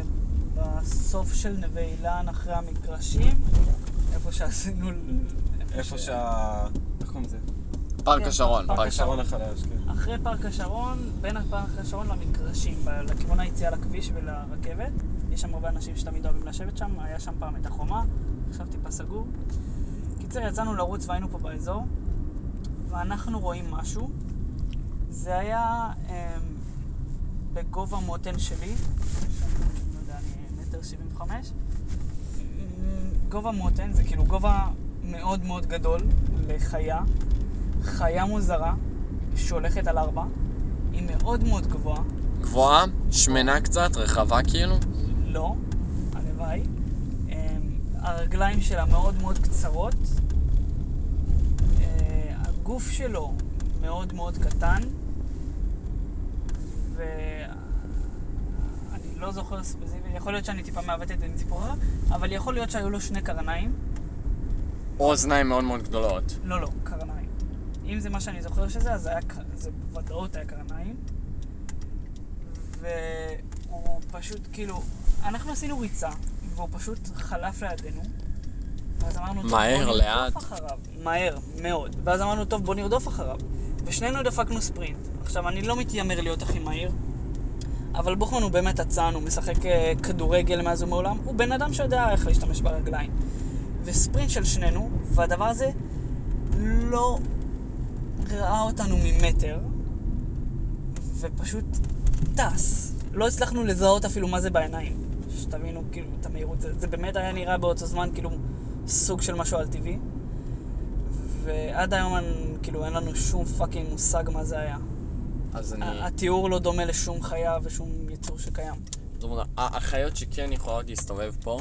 בסוף של נווה אילן אחרי המגרשים, איפה שעשינו... איפה שה... איך קוראים לזה? פארק כן, השרון, פארק פארק השרון השרון. החדש, כן. אחרי פארק השרון, בין פארק השרון למגרשים, ב- לכיוון היציאה לכביש ולרכבת. יש שם הרבה אנשים שתמיד אוהבים לשבת שם, היה שם פעם את החומה, עכשיו טיפה סגור. קיצר, יצאנו לרוץ והיינו פה באזור, ואנחנו רואים משהו. זה היה אמ, בגובה מותן שלי, שאני, לא יודע, אני מטר שבעים וחמש. אמ, גובה מותן זה כאילו גובה מאוד מאוד גדול לחיה, חיה מוזרה שהולכת על ארבע, היא מאוד מאוד גבוהה, גבוהה, שמנה קצת, רחבה כאילו. לא, הלוואי. אמ, הרגליים שלה מאוד מאוד קצרות, אה, הגוף שלו מאוד מאוד קטן, ואני לא זוכר ספציפית, יכול להיות שאני טיפה מעוות את זה עם ציפורה, אבל יכול להיות שהיו לו שני קרניים. אוזניים מאוד מאוד גדולות. לא, לא, קרניים. אם זה מה שאני זוכר שזה, אז זה, היה, ק- זה בוודאות היה קרניים. והוא פשוט, כאילו, אנחנו עשינו ריצה, והוא פשוט חלף לידינו. ואז אמרנו, טוב, מהר, בוא לאט. נרדוף אחריו. מהר, מאוד. ואז אמרנו, טוב, בוא נרדוף אחריו. ושנינו דפקנו ספרינט. עכשיו, אני לא מתיימר להיות הכי מהיר, אבל בוכמן הוא באמת אצן, הוא משחק אה, כדורגל מאז ומעולם. הוא בן אדם שיודע איך להשתמש ברגליים. וספרינט של שנינו, והדבר הזה לא ראה אותנו ממטר, ופשוט טס. לא הצלחנו לזהות אפילו מה זה בעיניים. שתבינו, כאילו, את המהירות. זה, זה באמת היה נראה באותו זמן, כאילו, סוג של משהו על טבעי. ועד היום, אני, כאילו, אין לנו שום פאקינג מושג מה זה היה. אז אני... ה- התיאור לא דומה לשום חיה ושום יצור שקיים. זאת אומרת, ה- החיות שכן יכולות להסתובב פה,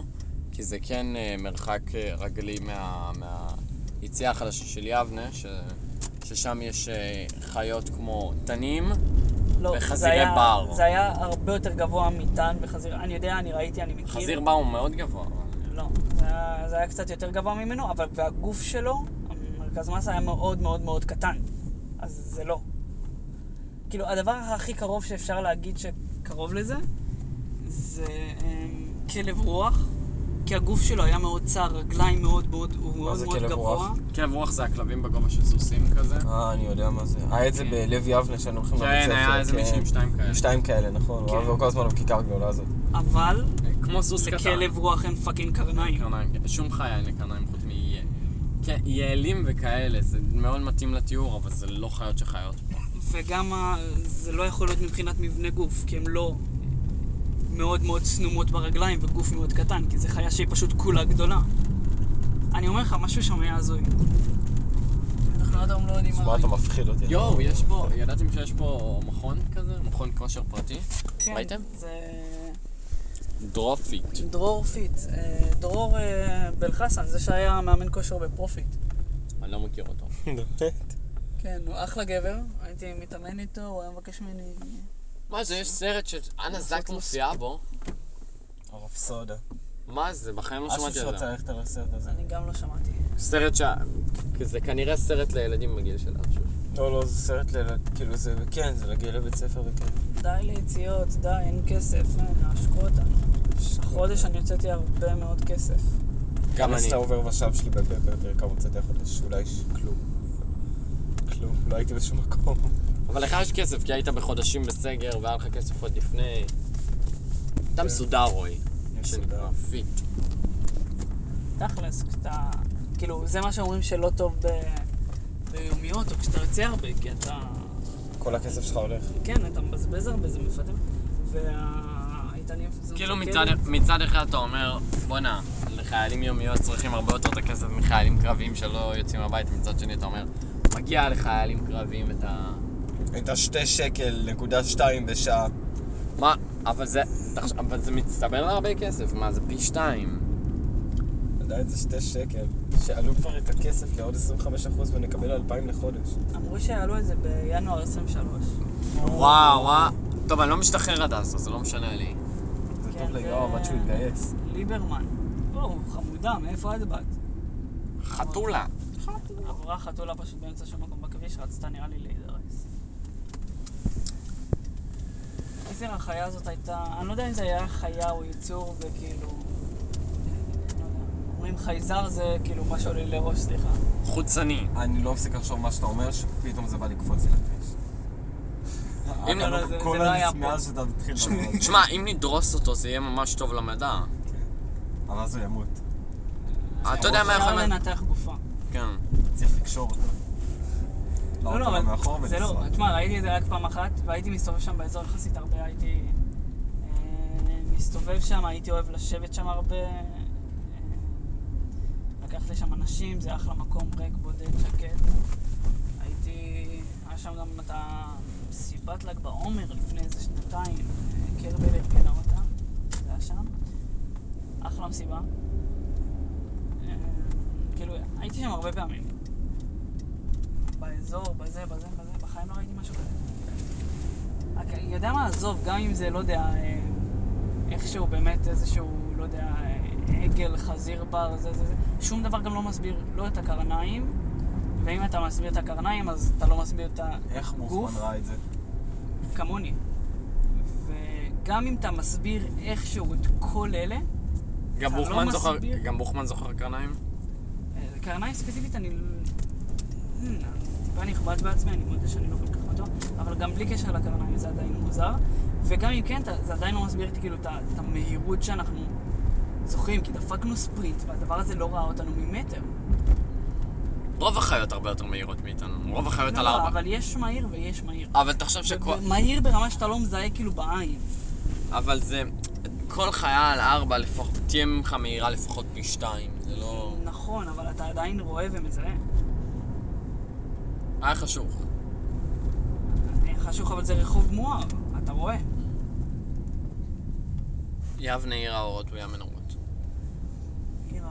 כי זה כן אה, מרחק אה, רגלי מה, מהיציאה החדשה של יבנה, ש, ששם יש אה, חיות כמו תנים לא, זה וחזירי היה- בר. זה היה הרבה יותר גבוה מתן וחזיר. אני יודע, אני ראיתי, אני מכיר. חזיר בר הוא מאוד גבוה. לא, זה היה, זה היה קצת יותר גבוה ממנו, אבל והגוף שלו, המרכז מסה היה מאוד מאוד מאוד קטן. אז זה לא. כאילו, הדבר הכי קרוב שאפשר להגיד שקרוב לזה, זה אמ, כלב רוח, כי הגוף שלו היה מאוד צר, רגליים מאוד מאוד, הוא מאוד זה מאוד כלב גבוה. רוח? כלב רוח זה הכלבים בגובה של סוסים כזה. אה, אני יודע מה זה. היה את זה כן. בלב יבנה, שהיינו הולכים כן, לבית ספר. היה איזה מישהו עם שתיים כאלה. עם שתיים כאלה, נכון. כן. הוא היה כל הזמן בכיכר הגדולה הזאת. אבל כמו סוס קטן. לכלב רוח אין פאקינג קרניים. קרניים, שום חיה אין לקרניים חוץ מיעלים וכאלה, זה מאוד מתאים לתיאור, אבל זה לא חיות שחיות פה. וגם ה- זה לא יכול להיות מבחינת מבנה גוף, כי הם לא מאוד מאוד סנומות ברגליים וגוף מאוד קטן, כי זה חיה שהיא פשוט כולה גדולה. אני אומר לך, משהו שם היה הזוי. אנחנו עד היום לא יודעים אז מה מה אתה ראינו. מפחיד אותי? יואו, יש פה, ידעתם שיש פה מכון כזה? מכון כושר פרטי? כן, ראיתם? זה דרופיט. דרור פיט. אה, דרור אה, בלחסן, זה שהיה מאמן כושר בפרופיט. אני לא מכיר אותו. באמת? כן, הוא אחלה גבר, הייתי מתאמן איתו, הוא היה מבקש ממני... מה זה, יש סרט שאנה לעשות זק לו מופיעה בו? הרפסודה. מה זה? בחיים לא אשו שמעתי על שרצה זה. ללכת על הסרט הזה. אני גם לא שמעתי. סרט ש... כי זה כנראה סרט לילדים בגיל של אשו. לא, לא, זה סרט ל... כאילו זה... כן, זה להגיע לבית ספר וכן. די ליציאות, די, אין כסף, אין, עשקו אותנו. החודש אני הוצאתי הרבה מאוד כסף. גם כנס אני. את העובר ושב שלי בבקר, תראה כמה הוצאתי החודש. אולי ש... כלום. כלום, לא הייתי בשום מקום. אבל לך יש כסף, כי היית בחודשים בסגר, והיה לך כסף עוד לפני. אתה מסודר, רועי. שנקרא פיט. תכלס, כשאתה... כאילו, זה מה שאומרים שלא טוב ב... ביומיות, או כשאתה יוצא הרבה, כי אתה... כל הכסף שלך הולך. כן, אתה מבזבז הרבה, זה מפתם. והיית לי מפזר... כאילו מצד, מצד אחד אתה אומר, בוא'נה, לחיילים יומיות צריכים הרבה יותר את הכסף מחיילים קרביים שלא יוצאים הביתה. מצד שני אתה אומר, מגיע לחיילים קרביים את ה... את השתי שקל, נקודה שתיים בשעה. מה? אבל זה, תחש... אבל זה מצטבר להרבה כסף, מה זה פי שתיים? עדיין זה שתי שקל. שעלו כבר את הכסף לעוד עשרים וחמישה אחוז ונקבל אלפיים לחודש. אמרו שיעלו את זה בינואר עשרים ושלוש. וואו, וואו. טוב, אני לא משתחרר עד אז, זה לא משנה לי. זה כן, טוב ליואב עד שהוא יתגייס. ליברמן. או, חמודה, מאיפה את באת? חתולה. עברה חתולה פשוט באמצע של מקום בכביש, רצתה נראה לי להידרס. קיצר, החיה הזאת הייתה... אני לא יודע אם זה היה חיה או יצור, וכאילו... לא יודע. אומרים חייזר זה כאילו מה שעולה לי לראש, סליחה. חוצני. אני לא מפסיק לחשוב מה שאתה אומר, שפתאום זה בא לקפוץ לי לכביש. אם לא, לא, זה- כל זה לא היה הנס- פה. מאז שאתה תתחיל לדבר על זה. תשמע, אם נדרוס אותו זה יהיה ממש טוב למדע. אבל אז הוא ימות. אתה יודע מה אפשר יכול... לנתח גופה. כן. צריך לקשור אותו. לא, לעלות לא, עליו מאחור אבל זה לא, ולנסוע. תשמע, ראיתי את זה רק פעם אחת, והייתי מסתובב שם באזור יחסית הרבה, הייתי אה, מסתובב שם, הייתי אוהב לשבת שם הרבה, אה, לקחת לי שם אנשים, זה אחלה מקום ריק, בודד, שקט. הייתי, היה שם גם את המסיבת ל"ג בעומר לפני איזה שנתיים, אה, קרבל ארגנה אותה, זה היה שם, אחלה מסיבה. אה, כאילו, הייתי שם הרבה פעמים. באזור, בזה, בזה, בזה, בחיים לא ראיתי משהו כזה. רק, יודע מה, עזוב, גם אם זה, לא יודע, אה, איכשהו באמת איזשהו, לא יודע, אה, עגל, חזיר בר, זה, זה, זה, שום דבר גם לא מסביר לא את הקרניים, ואם אתה מסביר את הקרניים, אז אתה לא מסביר את הגוף. איך בוכמן ראה את זה? כמוני. וגם אם אתה מסביר איכשהו את כל אלה, גם אתה לא בוכמן זוכר, מסביר- גם בוכמן זוכר קרניים? אה, קרניים ספציפית אני... Hmm, אני טיפה נכבד בעצמי, אני מודה שאני לא כל כך בטוח, אבל גם בלי קשר לקרניים זה עדיין מוזר, וגם אם כן, זה עדיין לא מסביר לי כאילו את ה- את המהירות שאנחנו זוכרים, כי דפקנו ספרינט, והדבר הזה לא ראה אותנו ממטר. רוב החיות הרבה יותר מהירות מאיתנו, רוב החיות על לא, ארבע. אבל יש מהיר ויש מהיר. אבל תחשוב שכל... מהיר ברמה שאתה לא מזהה כאילו בעין. אבל זה... כל חיה על ארבע לפחות... תהיה ממך מהירה לפחות פי שתיים, זה לא... נכון, אבל אתה עדיין רואה ומזהה. היה חשוך. חשוך, אבל זה רחוב מואר, אתה רואה. יבנה עיר האורות ויאמן אורות.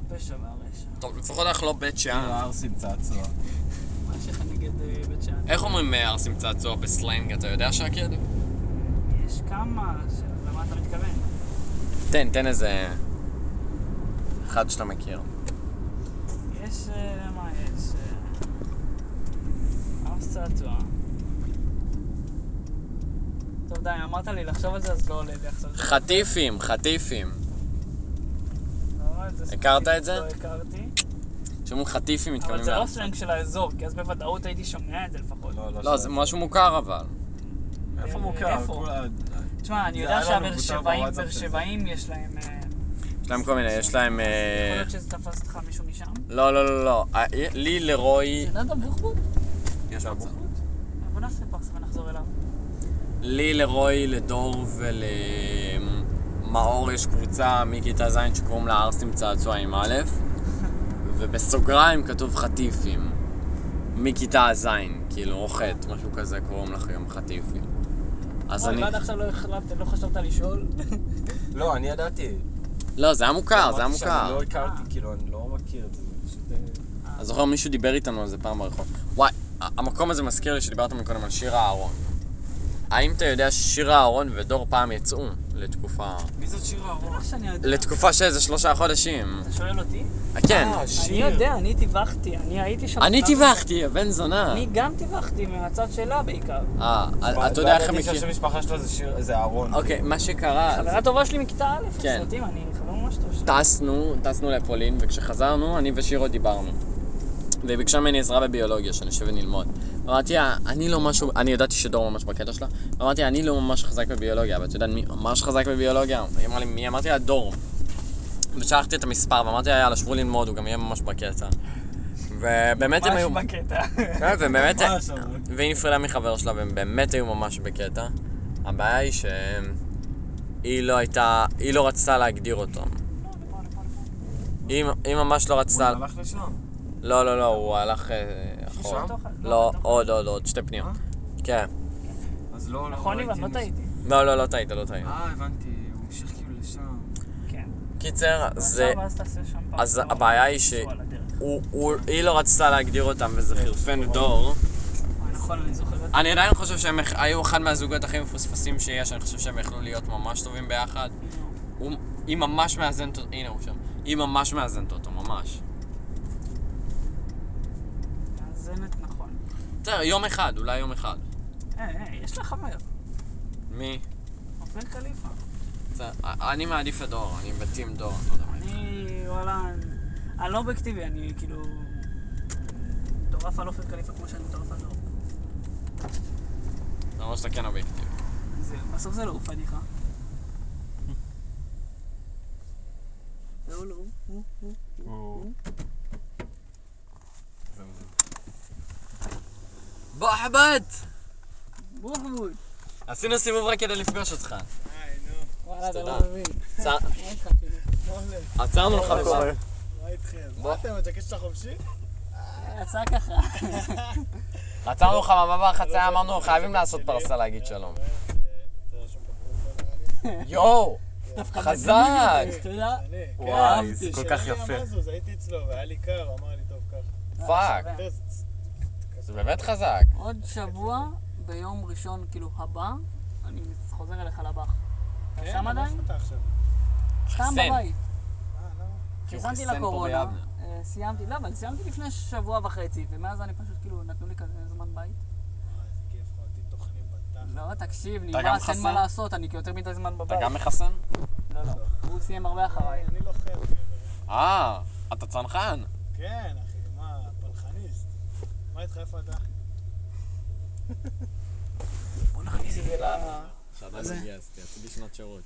הפשע והרשע. טוב, לפחות אנחנו לא בית שאן. הערסים צעצוע. מה יש לך נגד אה, בית שאן? איך אומרים אה, ערסים צעצוע בסלנג? אתה יודע שקד? יש כמה, ש- למה אתה מתכוון? תן, תן איזה... אחד שאתה מכיר. יש, אה, מה יש? אה, ארס צעצוע. טוב די, אמרת לי לחשוב על זה, אז לא עולה לי עכשיו. חטיפים, חטיפים. לא, את זה הכרת ספציפית את זה? לא הכרתי. כשאומרים חטיפים אבל מתכוונים זה לא לארץ. סלנג של האזור, כי אז בוודאות הייתי שומע את זה לפחות. לא, זה משהו מוכר אבל. איפה אה, מוכר? איפה? כולה- תשמע, אני זה יודע היה לנו שהבאר מבוטר שבעים, בוואטסאפ באר של זה. שבעים יש להם... אה, יש להם כל מיני, יש להם... אז אה, יכול להיות שזה תפס אותך מישהו משם? לא, לא, לא, לא. אה, לי לרוי... זה נדב בוחבוט? יש מצב. בוא נעשה פרס ונחזור אליו. לי לרוי, לדור ולמאור יש קבוצה מכיתה ז' שקוראים לה ערסים צעצוע עם א', ובסוגריים כתוב חטיפים. מכיתה ז', כאילו, או ח', משהו כזה קוראים לכם חטיפים. אז אוי, אני... ועד עכשיו לא החלטת, לא חשבת לשאול? לא, אני ידעתי. לא, זה היה מוכר, זה היה אמרתי שאני לא מוכר. הכרתי, כאילו, אני לא מכיר את זה, זה פשוט... אה, אני זוכר מישהו דיבר איתנו על זה פעם ברחוב. וואי, המקום הזה מזכיר לי שדיברת מקודם על שירה אהרון. האם אתה יודע ששירה אהרון ודור פעם יצאו לתקופה... מי זאת שירה אהרון? בטח שאני יודע. לתקופה של איזה שלושה חודשים? אתה שואל אותי? כן. אה, אני שיר. יודע, אני טיווחתי, אני הייתי שם. אני בשלב הזה. טיווחתי, בן זונה. אני גם טיווחתי מהצד שלה בעיקר. אה, מה, אתה יודע איך הם לא ידעתי מכיר... שהשם משפחה שלו זה שיר, זה אהרון. אוקיי, כאילו. מה שקרה... זה- חברה טובה שלי מכיתה א', כן. סרטים, אני חבר ממש טוב שלי. טסנו, טסנו לפולין, וכשחזרנו, אני ושירו דיברנו. והיא ביקשה ממני עזרה בביולוגיה, שנשב ונלמוד. אמרתי לה, אני לא משהו, אני ידעתי שדור ממש בקטע שלה, אמרתי לה, אני לא ממש חזק בביולוגיה, אבל אתה יודע מי ממש חזק בביולוגיה? היא אמרה לי, מי? אמרתי לה, דור. ושלחתי את המספר, ואמרתי לה, יאללה, שבו ללמוד, הוא גם יהיה ממש בקטע. ובאמת הם היו... ממש בקטע. כן, ובאמת... ממש, אבל. והיא נפרדה מחבר שלה, והם באמת היו ממש בקטע. הבעיה היא שהיא לא הייתה, היא לא רצתה להגדיר אותם. היא, היא ממש לא הוא רצתה... הלך לשם. לא, לא, לא, הוא הלך אה, אחורה. לא, עוד, עוד, עוד, שתי פניות. כן. אז לא, לא נכון, ראיתי איוון, לא מי- טעיתי. לא, לא, לא טעית, לא טעית. אה, הבנתי, הוא המשיך כאילו לשם. כן. קיצר, זה... ועכשיו אז תעשה שם פעם. אז הבעיה היא ש... תיסעו על הדרך. הוא- הוא- היא לא רצתה להגדיר אותם, וזה חרפן דור. אה, נכון, אני זוכר את זה. אני עדיין חושב שהם יכ- היו אחד מהזוגות הכי מפוספסים שיש, אני חושב שהם יכלו להיות ממש טובים ביחד. הוא- היא ממש מאזנת אותו, הנה הוא שם. היא ממש מאזנת אותו, ממש. מאזנת, נכון. בסדר, יום אחד, אולי יום אחד. אה, אה, יש לך חבר. מי? עופר קליפה. בסדר, אני מעדיף את דור, אני בטים דור, אני לא יודע מה. אני, וואלה, אני לא אובייקטיבי, אני כאילו... מטורף על עופר קליפה כמו שאני מטורף על דור. למרות שאתה כן אובייקטיבי. זה- בסוף זה לא הוא פדיחה. לא, לא, הוא, הוא, הוא. זהו, זהו. בוא חבד! בוא חמוד. עשינו סיבוב רק כדי לפגוש אותך. וואלה, אתה תודה. לא מבין. צע- מה איתך, כאילו? עצרנו לך פה. מה איתכם? בוא. מה אתם, הג'קט שלך חופשי? יצא ככה. עצרנו לך במעבר חצייה, אמרנו חייבים לעשות פרסה להגיד שלום. אתה רשום בפרופיל, יואו! חזק! תודה. אני, כן. וואי, זה כל כך שאלה לי יפה. המזוז, הייתי אצלו והיה לי קר, הוא אמר לי טוב ככה. פאק, שווה. זה באמת חזק. עוד שבוע, ביום ראשון, כאילו, הבא, אני חוזר אליך לבח. אתה כן, שם אבל עדיין? איפה אתה עכשיו? סתם חיסן. בבית. אה, למה? כי הוא חיסנתי חיסן פה לקורונה, ביבנה. אה, סיימתי, לא, אבל סיימתי לפני שבוע וחצי, ומאז אני פשוט, כאילו, נתנו לי כזה זמן בית. אה, איזה כיף לך, אותי טוחנים בתחת. לא, תקשיב, אתה גם נמאס, אין מה מחסן? לעשות, אני יותר מדי זמן אתה בבית. גם מחסן? לא, לא, הוא סיים הרבה אחריי. אני לוחם, גבר. אה, אתה צנחן. כן, אחי, מה, פלחניסט. מה איתך, איפה אתה? בוא נכניס את זה ל... שעדיין לא גייסתי, עשיתי שנת שירות.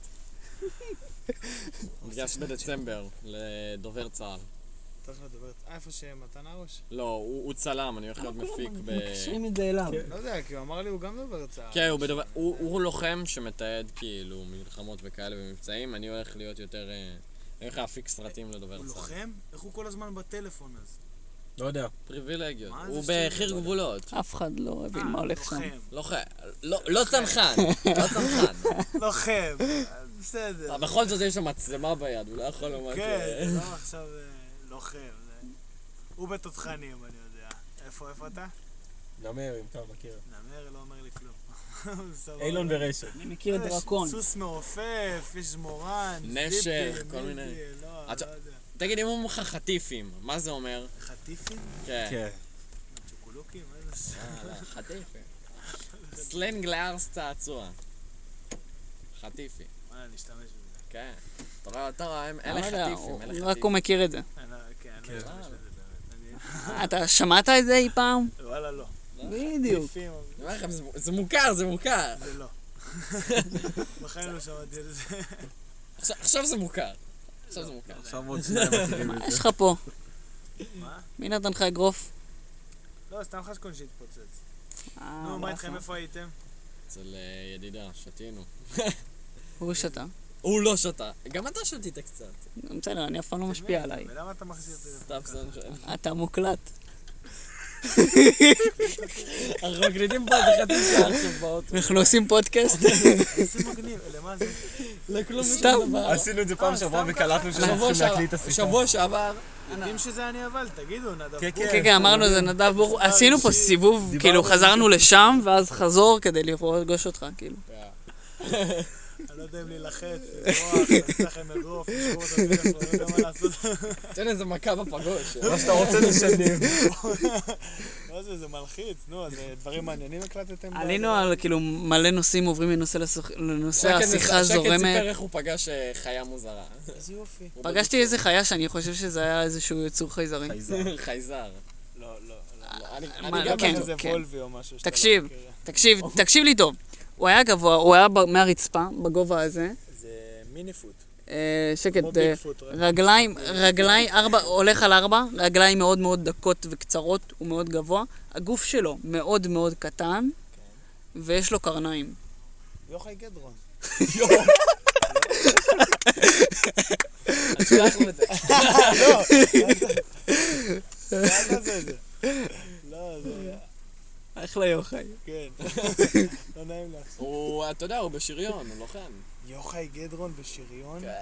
נפגש בדצמבר לדובר צה"ל. צריך לדבר, אה, איפה שמתן ארוש? לא, הוא הוא צלם, אני הולך להיות מפיק ב... מקשרים את זה אליו. לא יודע, כי הוא אמר לי, הוא גם דובר צה"ל. כן, הוא בדובר... הוא הוא לוחם שמתעד כאילו מלחמות וכאלה ומבצעים, אני הולך להיות יותר... אה, אני הולך להפיק סרטים לדובר הוא צה"ל. לוחם? איך הוא כל הזמן בטלפון אז? לא יודע. פריבילגיות. מה זה הוא שטויות? בחיר גבולות. אף אחד לא הבין אה, מה הולך שם. לוחם. לוחם. לא לא צנחן. לא צנחן. לוחם. בסדר. בכל זאת יש לו מצלמה ביד, הוא לא יכול לומר... כן, זה לא עכשיו... אה, לוחם. זה- הוא בתותחנים, אני יודע. איפה, איפה אתה? נמר, אם אתה מכיר. נמר לא אומר לי כלום. סבבה. אילון ורשת. אני מכיר את יש דרקון. סוס מעופף, יש זמורן, נשר, זיפי, כל מי מיני. זה, לא, אתה- לא יודע. תגיד, אם אומרים לך חטיפים, מה זה אומר? חטיפים? כן. כן. צ'וקולוקים? מה זה? אה, לא, חטיפים. סלנג לארס צעצוע. חטיפי. מה, נשתמש בזה. כן. אתה רואה, אתה רואה, הם- אני אלה לא יודע, חטיפים, אלה הוא- רק הוא חטיפים. מכיר את זה. אני לא- כן, אני כן. לא אשתמש בזה באמת. אני- אה, אתה שמעת את זה אי פעם? וואלה, לא. בדיוק. חטיפים, אבל אני אומר לכם, זה- זה מוכר, זה מוכר. זה לא. בחיים לא שמעתי את זה. עכשיו- עכשיו זה מוכר. עכשיו זה מוכר. עכשיו עוד שניים מכירים מה את יש זה. לך פה? מה? מי נתן לך אגרוף? לא, סתם חשקון שהתפוצץ. אה, נו, מה באסה. איתכם? איפה הייתם? אצל אה, ידידה, שתינו. הוא שתה. הוא לא שתה. גם אתה שתית קצת. בסדר, אני אף פעם לא משפיע עליי. ולמה אתה מחזיר את זה? סתם סנשן. אתה מוקלט. אנחנו מקליטים פה איזה חצי שעה עכשיו באוטו. אנחנו עושים פודקאסט. איזה מגניב, למה זה? לכלום סתם. ושום דבר. עשינו את זה פעם אה, שעברה סתם וקלטנו שאנחנו שבוע צריכים להקליט את שעבר- השיחה. שבוע שעבר, יודעים שזה אני אבל, תגידו, נדב כן, בורג. כן, כן, אמרנו זה נדב ברוך. דבר עשינו פה אישי. סיבוב, דיברנו כאילו על זה. חזרנו לשם, ואז חזור כדי לפגוש אותך, כאילו. אני לא יודע אם להילחץ, לברוח, לשים לכם אגרוף, לשבור את הטלפון, לא יודע מה לעשות. תן איזה מכה בפגוש. מה שאתה רוצה זה שנים. מה זה, זה מלחיץ, נו, אז אה, דברים מעניינים הקלטתם? עלינו על כאילו מלא נושאים עוברים מנושא לסוח- לנושא, שקט- השיחה שקט זורמת. סיפר איך הוא פגש אה, חיה מוזרה. איזה יופי. הוא פגשתי איזה חיה שאני חושב שזה היה איזשהו יצור חייזרי. בדיוק- חייזר. לא, לא, לא. לא, אני מה, אני גם כן. בטח בטוח. איזה וולבי או משהו שאתה לא תקשיב, מכיר. תקשיב, תקשיב לי טוב. הוא היה גבוה, הוא היה ב- מהרצפה, בגובה הזה. זה מיני פוט. אה, שקט, כמו אה, ביגפוט, רק רגליים, משחק רגליים, ארבע, הולך על ארבע, רגליים מאוד מאוד דקות וקצרות, הוא מאוד גבוה. הגוף שלו מאוד מאוד קטן, ויש לו קרניים. יוחאי גדרון. אני שולח לו את זה. לא, מה זה זה? לא, זה... אחלה יוחאי. כן. לא נעים לך. הוא, אתה יודע, הוא בשריון, הוא לוחם. יוחאי גדרון בשריון? כן.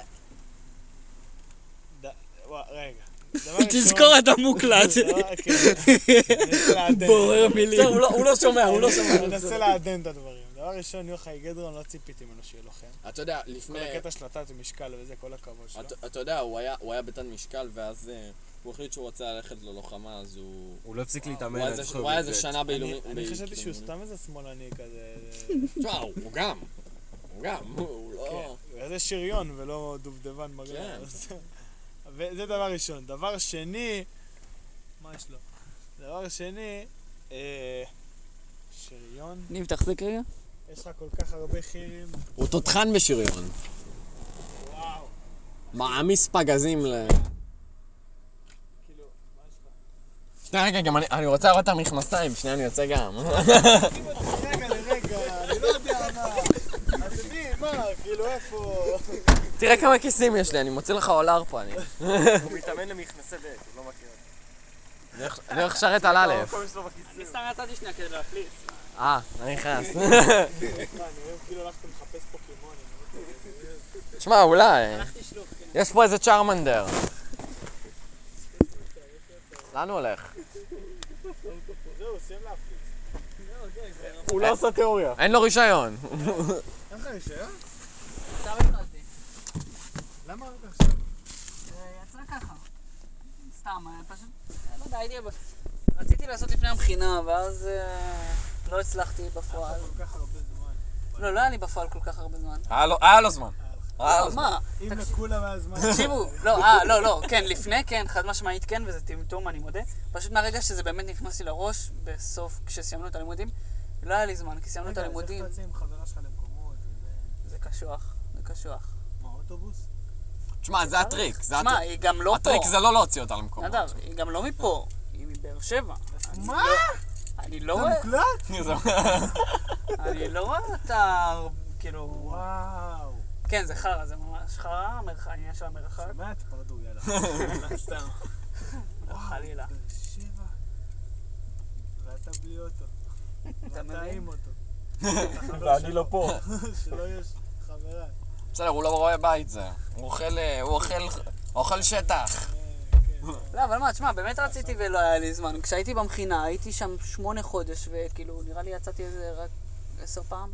ד- וואי, רגע. דבר ראשון... תזכור, אתה מוקלט. לא, כן. אני אנסה לעדן. בורר מילים. בסדר, הוא לא- הוא לא שומע, הוא לא שומע. אני אנסה לעדן את הדברים. דבר ראשון, יוחאי גדרון, לא ציפיתי ממנו שיהיה לוחם. אתה יודע, כל לפני... הקטע של התת ומשקל וזה, כל הכבוד שלו. אתה- אתה יודע, הוא היה- הוא היה בתן משקל, ואז אה, הוא החליט שהוא רוצה ללכת ללוחמה, אז הוא... הוא לא הפסיק להתאמן. הוא היה אני איזה- זוכר הוא היה איזה בזה. שנה אני באילומים. אני חשבתי כאילו, שהוא אימונים. סתם איזה שמאלני כזה. תשמע, הוא הוא גם. הוא גם, הוא לא... כן, איזה שריון ולא דובדבן בגלל. כן. וזה דבר ראשון. דבר שני, מה יש לו? דבר שני, אה, שריון, ניב, תחזיק רגע. יש לך כל כך הרבה חירים. הוא תותחן בשריון. וואו. מעמיס פגזים ל... כאילו, מה יש לך? שנייה, רגע, גם אני- אני רוצה לראות את המכנסיים, שנייה, אני יוצא גם. תקים אותי רגע לרגע, אני לא יודע מה. אתם יודעים, מה, כאילו, איפה? תראה כמה כיסים יש לי, אני מוציא לך אולר פה, אני... הוא מתאמן למכנסי דייט, הוא לא מכיר את זה. אני הולך לשרת על א'. המקום שלו בכיסים. אני סתם יצאתי שנייה כדי להפליץ. אה, אני נכנס. מה, נראה כאילו הלכתם לחפש פוקימונים. תשמע, אולי. תשלוף, כן. יש פה איזה צ'רמנדר. לאן הוא הולך? זהו, סיים להפליץ. הוא לא עושה תיאוריה. אין לו רישיון. אין לך רישיון? עכשיו התחלתי. למה רק עכשיו? יצא ככה. סתם, אה, פשוט, אה, לא יודע, הייתי... ב- רציתי לעשות לפני המכינה, ואז אה, לא הצלחתי בפועל. כל כך הרבה זמן. לא, לא היה לי בפועל כל כך הרבה זמן. היה לו- היה לו זמן. היה לו לא, זמן. מה? אם לכולם היה זמן. תקשיבו, לא, אה, לא, לא, כן, לפני כן, חד משמעית כן, וזה טמטום, אני מודה. פשוט מהרגע שזה באמת נכנס לי לראש, בסוף, כשסיימנו את הלימודים, לא היה לי זמן, כי סיימנו את רגע, אז הלימודים, איך אתה יוצא עם חברה שלך למקומות וזה... זה קשוח, זה קשוח. מה, אוטובוס? תשמע, זה הטריק. זה שמע, הטריק. היא גם לא פה. הטריק זה לא להוציא אותה למקומות. נדב, היא גם לא מפה, היא מבאר שבע. מה? אני לא אתה רואה, מוקלט? אני לא רואה אותה, כאילו... וואו. כן, זה חרא, זה ממש חרא, המרחק, העניין של המרחק. שומע? תפרדו, יאללה. סתם. לא, חלילה. באר שבע. ואתה בלי אוטו. ואתה מבין? עם אוטו. ואני לא פה. שלא יש חברה. בסדר, הוא לא רואה בית זה. הוא אוכל... הוא אוכל... אוכל שטח. אה, כן. לא, אבל מה, תשמע, באמת רציתי ולא היה לי זמן. כשהייתי במכינה, הייתי שם שמונה חודש, וכאילו, נראה לי יצאתי איזה רק עשר פעם.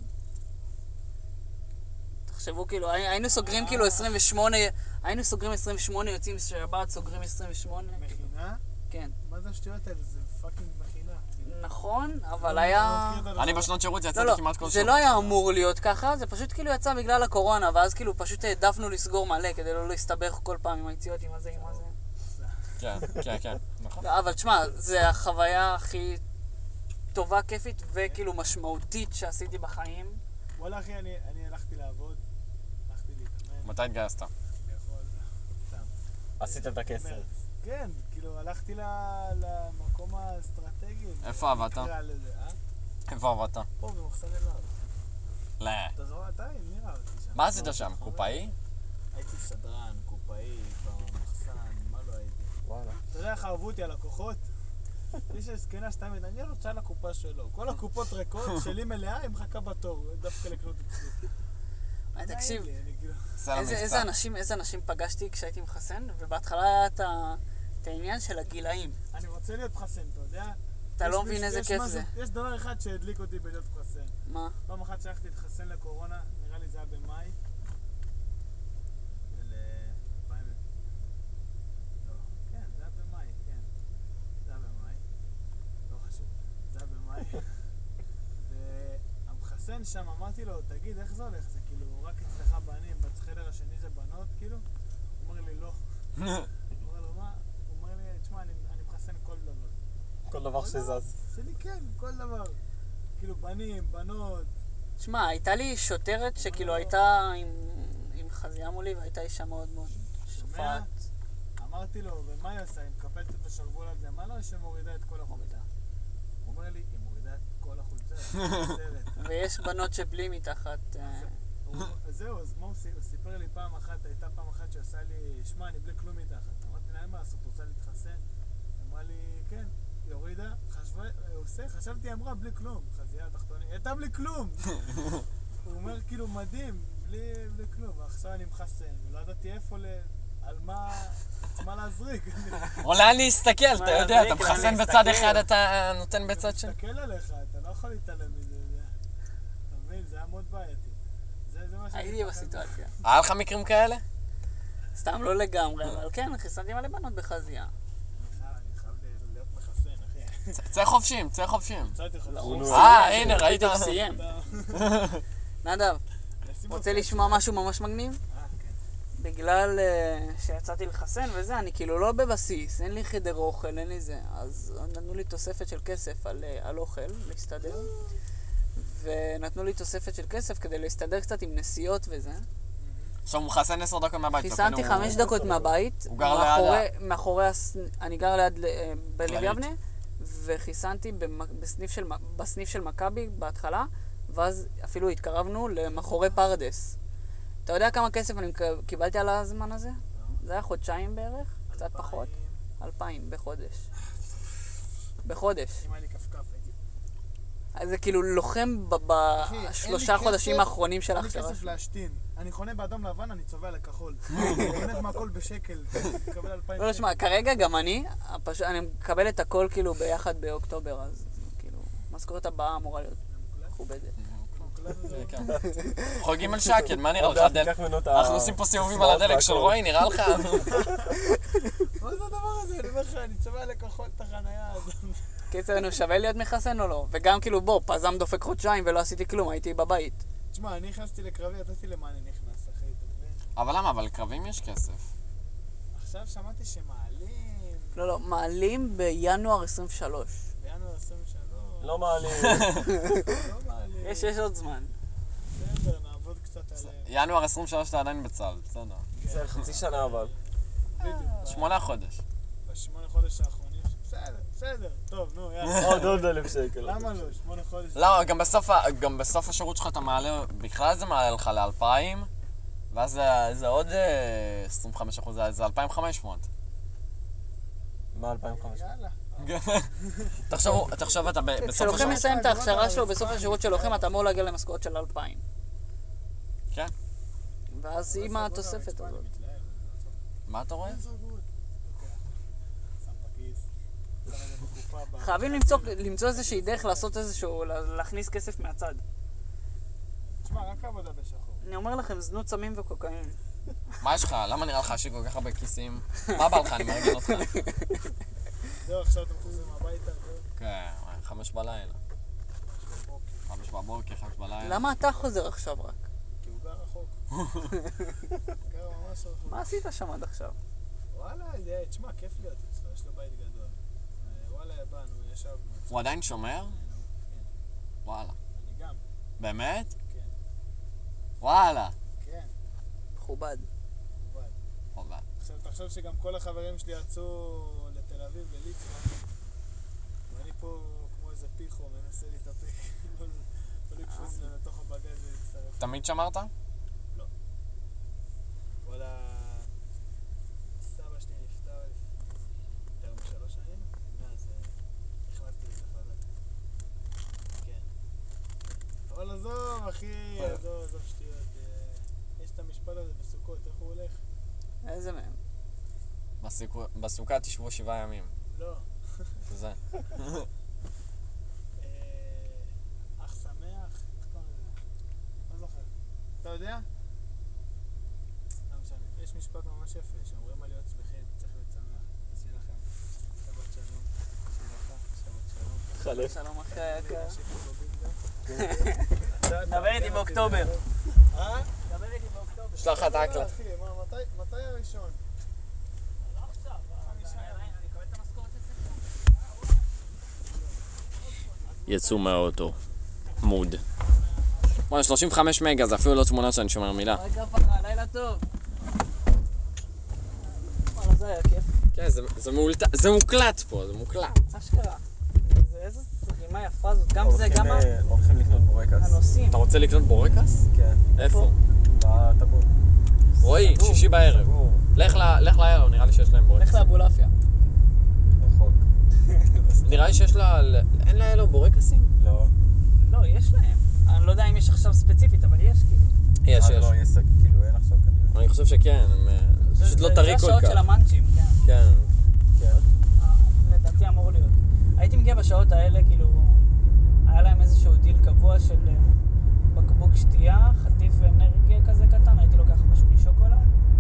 תחשבו, כאילו, הי- היינו סוגרים כאילו עשרים ושמונה, היינו סוגרים עשרים ושמונה, יוצאים שבת, סוגרים עשרים ושמונה. כאילו. מכינה? כן. מה זה השטויות האלה? זה פאקינג מכינה. נכון, אבל לא, היה... לא מכיר את הדבר. אני בשנות שירות לא, יצאתי לא, כמעט כל זה שבוע. לא היה אמור להיות ככה, זה פשוט כאילו יצא בגלל הקורונה, ואז כאילו פשוט העדפנו לסגור מלא, כדי לא להסתבך כל פעם עם היציאות, עם הזה, עם הזה. כן, כן, כן, נכון. לא, אבל תשמע, זה החוויה הכי טובה, כיפית וכאילו משמעותית שעשיתי בחיים. וואלה אחי, אני אני הלכתי לעבוד, הלכתי להתאמן, מתי התגייסת? הלכתי לאכול, סתם. עשית את הכסף. במרץ. כן, כאילו הלכתי ל- למקום האסטרטגי. איפה עבדת? נקרא לזה, אה? איפה עבדת? פה במחסן אלעד. לא. אתה זוכר? אתה עם מי ראיתי שם? מה עשית שם? קופאי? הייתי סדרן, קופאי, במחסן, מה לא הייתי? וואלה. אתה יודע איך אהבו אותי הלקוחות? יש זקנה שתמיד, אני רוצה לקופה שלו. כל הקופות ריקות, שלי מלאה, היא מחכה בתור, דווקא לקנות אצלי. אה, מה תקשיב, נעים לי, אני כאילו... עשה לה איזה, איזה מבצע. אנשים, איזה אנשים פגשתי כשהייתי מחסן, ובהתחלה היה את, ה, את העניין של הגילאים. אני רוצה להיות מחסן, אתה יודע? אתה יש לא מישהו- מבין איזה יש כיף משהו- זה. יש דבר אחד שהדליק אותי בלהיות מחסן. מה? פעם אחת שהלכתי להתחסן לקורונה, נראה לי זה היה במאי. של אה, אלפיים... לא, כן, זה היה במאי, כן. זה היה במאי. לא חשוב. זה היה במאי. והמחסן שם, אמרתי לו, תגיד, איך זה הולך? זה כאילו, רק אצלך בנים, בחדר השני זה בנות, כאילו? הוא אומר לי, לא. הוא אומר לו, מה? הוא אומר לי, תשמע, אני אני מחסן כל דבר. כל דבר שזז. שלי כן, כל דבר. כאילו בנים, בנות. שמע, הייתה לי שוטרת שכאילו וואו. הייתה עם, עם חזייה מולי, והייתה אישה מאוד מאוד שומע? שופעת. אמרתי לו, ומה היא עושה? היא מקפלת את השרוול הזה, מה לא שמורידה את כל החולצה? הוא אומר לי, היא מורידה את כל החולצה, זה סרט. ויש בנות שבלי מתחת. אה, הוא- זהו, אז מה הוא סי- הוא סיפר לי פעם אחת, הייתה פעם אחת שעשה לי, שמע, אני בלי כלום מתחת. אמרתי לה, אין מה לעשות, רוצה להתחסן? היא אמרה לי, כן. היא הורידה, חשבה, הוא עושה, חשבתי, היא אמרה, בלי כלום. חזייה תחתונית, היא הייתה בלי כלום. הוא אומר, כאילו, מדהים, בלי, בלי כלום. ועכשיו אני מחסן, ולא ידעתי איפה ל... על מה... את מה להזריק. או לאן להסתכל, אתה מה, יודע, אתה להזריק, לאן מחסן בצד להסתכל. אחד, אתה נותן אני בצד שני. מסתכל עליך, אתה לא יכול להתעלם מזה. זה- אתה מבין? זה היה מאוד בעייתי. זה זה מה שאני... הייתי מפחד ממנו. בסיטואציה. היה לך מקרים כאלה? סתם לא לגמרי, אבל כן, חיסנתי מלא בנות בחזייה. אני חייב- אני חייב ל- להיות מחסן, אחי. צא- צא חופשים, צא חופשים. יצאתי חופשי. לא, הוא נו, סיים, אה, הוא הנה, ראית? בדיוק סיים. נדב, לשים רוצה לו לשמוע קצ'ר. משהו ממש מגניב? אה, כן. בגלל uh, שיצאתי לחסן וזה, אני כאילו לא בבסיס, אין לי חדר אוכל, אין לי זה. אז נתנו לי תוספת של כסף על, uh, על אוכל, להסתדר. ונתנו לי תוספת של כסף כדי להסתדר קצת עם נסיעות וזה. עכשיו הוא מחסן עשר דקות מהבית. חיסנתי וכן, הוא- חמש דקות מהבית. הוא גר מאחורי, ליד מאחורי הס... אני גר ליד אה, בלב כללית. יבנה, וחיסנתי במ- בסניף של, מ- בסניף של מכבי בהתחלה, ואז אפילו התקרבנו למאחורי פרדס. אתה יודע כמה כסף אני מק- קיבלתי על הזמן הזה? זה היה חודשיים בערך, קצת פחות. אלפיים. אלפיים בחודש. בחודש. אם היה לי כפכף, הייתי... אז זה כאילו לוחם ב- אחי, אין לי בשלושה חודשים כסף, האחרונים של אין לי ההכשרה כסף שלי. להשתין. אני חונה באדום לבן, אני צובע לכחול. אני קונה מהכל בשקל. תקבל אלפיים לא, לא, שקל. שמע, כרגע גם אני, פשוט, אני מקבל את הכל כאילו ביחד באוקטובר, אז כאילו, משכורת הבאה אמורה להיות זה מוקלט? מכובדת. מוקלט זה כן, דבר? כן. חוגגים על שקל, מה נראה לך? עוד מעט דל- תיקח ממנו את ה- אנחנו עושים פה סיבובים על סיסמאות הדלק של והכל. רועי, נראה לך? מה זה הדבר הזה? אני אומר לך, אני צובע לכחול את החנייה הזאת. קיצר, נו, שווה להיות מחסן או לא? וגם כאילו, בוא, פזם דופק חודשיים ולא עשיתי כלום, הייתי בבית. תשמע, אני נכנסתי לקרבי, ידעתי למה אני נכנס, אחי, אתה מבין? אבל למה? אבל לקרבים יש כסף. עכשיו שמעתי שמעלים לא, לא, מעלים בינואר עשרים ושלוש. בינואר עשרים ושלוש. לא מעלים. לא מעלים. יש, יש עוד זמן. בסדר, נעבוד קצת עליהם. ינואר עשרים ושלוש אתה עדיין בצה"ל, בסדר. זה חצי שנה אבל. בדיוק. שמונה חודש. בשמונה חודש האחרונים. בסדר, בסדר. טוב, נו, יאללה. עוד עוד אלף שקל. למה לא? שמונה חודש. לא, גם בסוף ה- גם בסוף השירות שלך אתה מעלה, בכלל זה מעלה לך לאלפיים, ואז זה- זה עוד אה, עשרים וחמישה אחוז, זה אלפיים וחמש מאות. מה אלפיים וחמש? יאללה. תחשוב, תחשוב אתה ב- בסוף כשלוחם השירות... מסיים את ההכשרה שלו אני בסוף אבחן, השירות של לוחם, אתה אמור להגיע למשכורת של אלפיים. כן. ואז עם התוספת הזאת. מה אתה רואה? אין סגרות. חייבים למצוא, למצוא איזושהי דרך לעשות איזשהו, להכניס כסף מהצד. תשמע, רק עבודה בשחור. אני אומר לכם, זנות סמים וקוקאין. מה יש לך? למה נראה לך שכל כך הרבה כיסים? מה בא לך? אני מארגן אותך. זהו, עכשיו אתם חוזרים הביתה, זהו. כן, חמש בלילה. חמש בבוקר, חמש בלילה. למה אתה חוזר עכשיו רק? כי הוא גר רחוק. גר ממש רחוק. מה עשית שם עד עכשיו? וואלה, זה, תשמע, כיף להיות אצלו, יש לו בית גדול. אה, וואלה, באנו, ישבנו. הוא עדיין שומר? כן. וואלה. אני גם. באמת? כן. וואלה. כן. מכובד. מכובד. מכובד. עכשיו, תחשוב שגם כל החברים שלי יצאו לתל אביב, לליצמן. ואני פה כמו איזה פיחו, מנסה להתאפק. לא לקפוץ להם לתוך הבגז ולהצטרף. תמיד שמרת? לא. וואלה, סבא שלי נפטר לפני יותר משלוש שנים, ומאז נכנסתי לזה חזק. כן. אבל עזוב, אחי, עזוב, עזוב שטויות. יש את המשפט הזה בסוכות, איך הוא הולך? איזה מהם? בסוכה תשבו שבעה ימים. לא. זה. אח שמח? איך קוראים לזה? לא זוכר. אתה יודע? לא משנה. יש משפט ממש יפה, שאומרים על להיות שמחים, צריך להיות שמח. אז שיהיה לכם שבת שלום, שיהיה לך שבת שלום. שבת שלום אחי היקר. דבר דבר איתי באוקטובר. אה? דבר איתי באוקטובר. שלח את האקלה. אחי, מה, מתי- מתי הראשון? לא עכשיו, אני אקבל את המשכורת אצלך. יצאו מהאוטו. מוד. בואי, שלושים וחמש מגה, זה אפילו לא תמונה שאני שומר מילה. רגע פחה, לילה טוב. וואלה, זה היה כיף. כן, זה- זה מאולת- זה מוקלט פה, זה מוקלט. אשכרה. זה איזה זרימה יפה זאת. גם זה, הולכים, גם ה- אה, הולכים לקנות בורקס. הנושאים. אתה רוצה לקנות בורקס? כן. איפה? בטבור. רועי, סגור. שישי בערב. סגור. לך ל- לך לאלו, נראה לי שיש להם בורקס. לך לאבולעפיה. רחוק. נראה לי שיש לה... אין לה אלו בורקסים? לא. לא, יש להם. אני לא יודע אם יש עכשיו ספציפית, אבל יש כאילו. יש, אה, יש. לא, יש, כאילו, אין עכשיו כנראה. אני חושב שכן, הם אה, פשוט לא זה- טרי כל זה השעות כך. של המאנצ'ים, כן. כן. כן. אה, לדעתי אמור להיות. הייתי מגיע בשעות האלה, כאילו, היה להם איזשהו דיל קבוע של אה, בקבוק שתייה, חטיף אנרגיה כזה קטן, הייתי לוקח משהו משוקולד.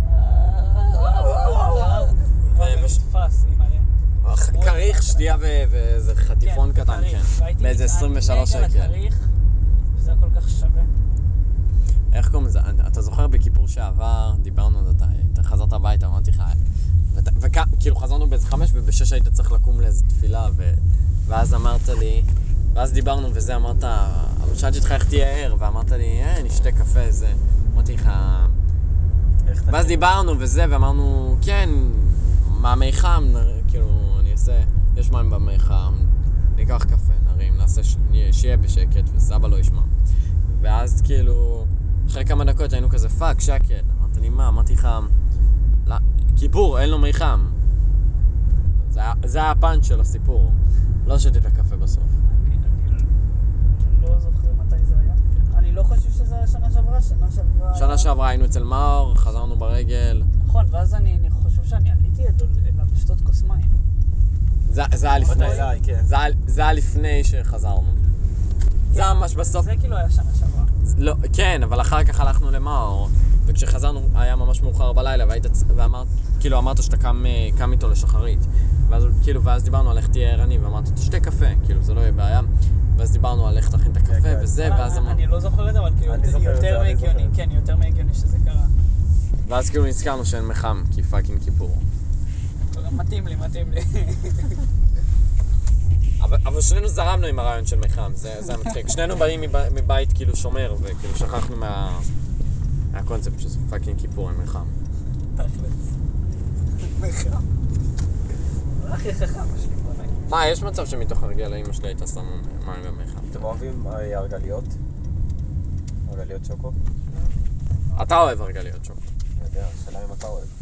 וזה וש- נתפס, אימא'לה. שמרו את כריך, זה. שתייה ו- ואיזה חטיפון כן, קטן, בכריך. כן. והייתי באיזה עשרים ושלוש מתענג על שקל. הכריך, וזה היה כל כך שווה. איך קוראים לזה? אתה זוכר בכיפור שעבר, דיברנו על זה, אתה חזרת הביתה, אמרתי לך, וכאילו חזרנו באיזה חמש, ובשש היית צריך לקום לאיזה תפילה, ו- ואז אמרת לי, ואז דיברנו וזה, אמרת, שאלתי אותך איך תהיה ער, ואמרת לי, אה, נשתה קפה, זה. אמרתי לך, איך אתה ואז כן? דיברנו וזה, ואמרנו, כן, מהמי חם, כאילו, אני אעשה, יש מים במי חם, ניקח קפה, נרים, נעשה, ש- שיהיה בשקט, וסבא לא ישמע. ואז כאילו, אחרי כמה דקות היינו כזה, פאק, שקט. אמרת לי, מה? אמרתי לך, לא, כיפור, אין לו מי חם. זה היה- זה היה הפאנץ' של הסיפור. לא שתית קפה בסוף. אני אני לא זוכר מתי זה היה. אני לא חושב שזה היה שנה שעברה, שנה שעברה... שנה היה- שעברה היינו אצל מאור, חזרנו ברגל. נכון, ואז אני אני חושב שאני עליתי אל- אליו לשתות כוס מים. זה זה היה לפני. באת אליי, כן. זה היה- זה היה לפני שחזרנו. זה היה ממש בסוף. זה כאילו היה שנה שעברה. לא, כן, אבל אחר כך הלכנו למאור, וכשחזרנו היה ממש מאוחר בלילה, והיית, ואמרת, כאילו אמרת שאתה קם, אה, קם איתו לשחרית. ואז, כאילו, ואז דיברנו על איך תהיה ערני, ואמרת, תשתה קפה, כאילו, זה לא יהיה בעיה. ואז דיברנו על איך תכין את הקפה כן. וזה, ואז אני- אמר... אני לא זוכר את זה, אבל כאילו אני זוכר את יותר זה, אני מהגיוני, זוכר. כן, יותר מהגיוני שזה קרה. ואז כאילו נזכרנו שאין מחם, כי פאקינג כיפור. מתאים לי, מתאים לי. אבל, אבל שנינו זרמנו עם הרעיון של מחם, זה, זה המצחיק. שנינו באים מבית, מבית כאילו שומר, וכאילו שכחנו מה... מהקונספט שזה פאקינג כיפור עם מחם. תכלס. מחם. לא הכי חכם שלי, בוא נגיד. מה, יש מצב שמתוך הרגל האמא שלי הייתה שמה מים במחם. אתם אוהבים אה, הרגליות? הרגליות שוקו? אתה אוהב הרגליות שוקו. אני יודע, השאלה אם אתה אוהב.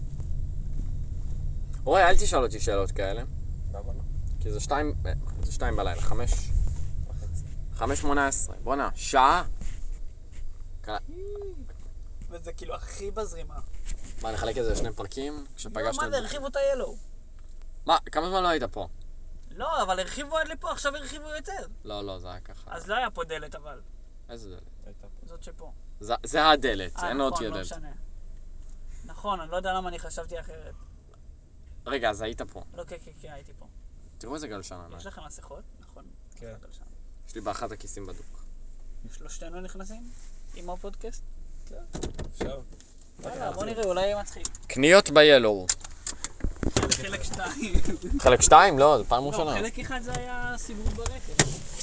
רואי, אל תשאל אותי שאלות כאלה, למה לא? כי זה שתיים, אה, זה שתיים בלילה, חמש, וחצי. חמש שמונה עשרה. בוא'נה, שעה? קלה- וזה כאילו הכי בזרימה. מה, נחלק את זה לשני פרקים? לא, כשפגשנו מה את... זה, הרחיבו את הילו. מה, כמה זמן לא היית פה? לא, אבל הרחיבו עד לפה, עכשיו הרחיבו יותר. לא, לא, זה היה ככה. אז לא היה פה דלת, אבל. איזה דלת? הייתה פה. זאת שפה. זה- זה הדלת, אה, אין עוד נכון, תהיה לא דלת. משנה. נכון, אני לא יודע למה אני חשבתי אחרת. רגע, אז היית פה. לא, כן, כן, כן, הייתי פה. תראו איזה גלשן ענק. יש לכם מסכות? נכון. כן. אחלה גלשן. יש לי באחד הכיסים בדוק. שלושתנו נכנסים? עם הפודקאסט? אפשר. יאללה, בוא נראה, אולי יהיה מצחיק. קניות ב-Yellow. חלק שתיים. חלק שתיים? לא, זה פעם לא, ראשונה. חלק אחד זה היה סיבוב ברקע.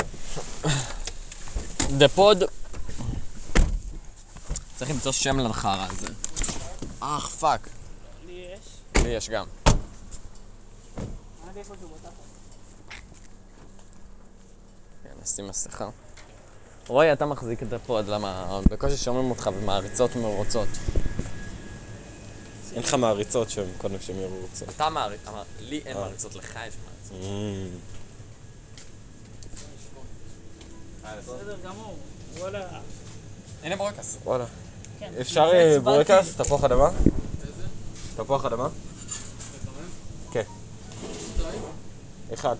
דה פוד. צריך למצוא שם לחרא הזה. אך, פאק. לי יש. לי יש גם. מה עדיף אותו בתחת? כן, נשים מסכה. רועי, אתה מחזיק את הפוד, למה? בקושי שומעים אותך ומעריצות מרוצות. אין לך מעריצות שם, קודם שהם יראו רוצות. אתה מעריץ, אמר, לי אין אה. מעריצות, לך יש מעריצות. בסדר גמור. וואלה. הנה בורקס. וואלה. כן. אפשר זה אה, הצבעתי. בורקס? תפוח אדמה? תפוח אדמה? כן. אחד.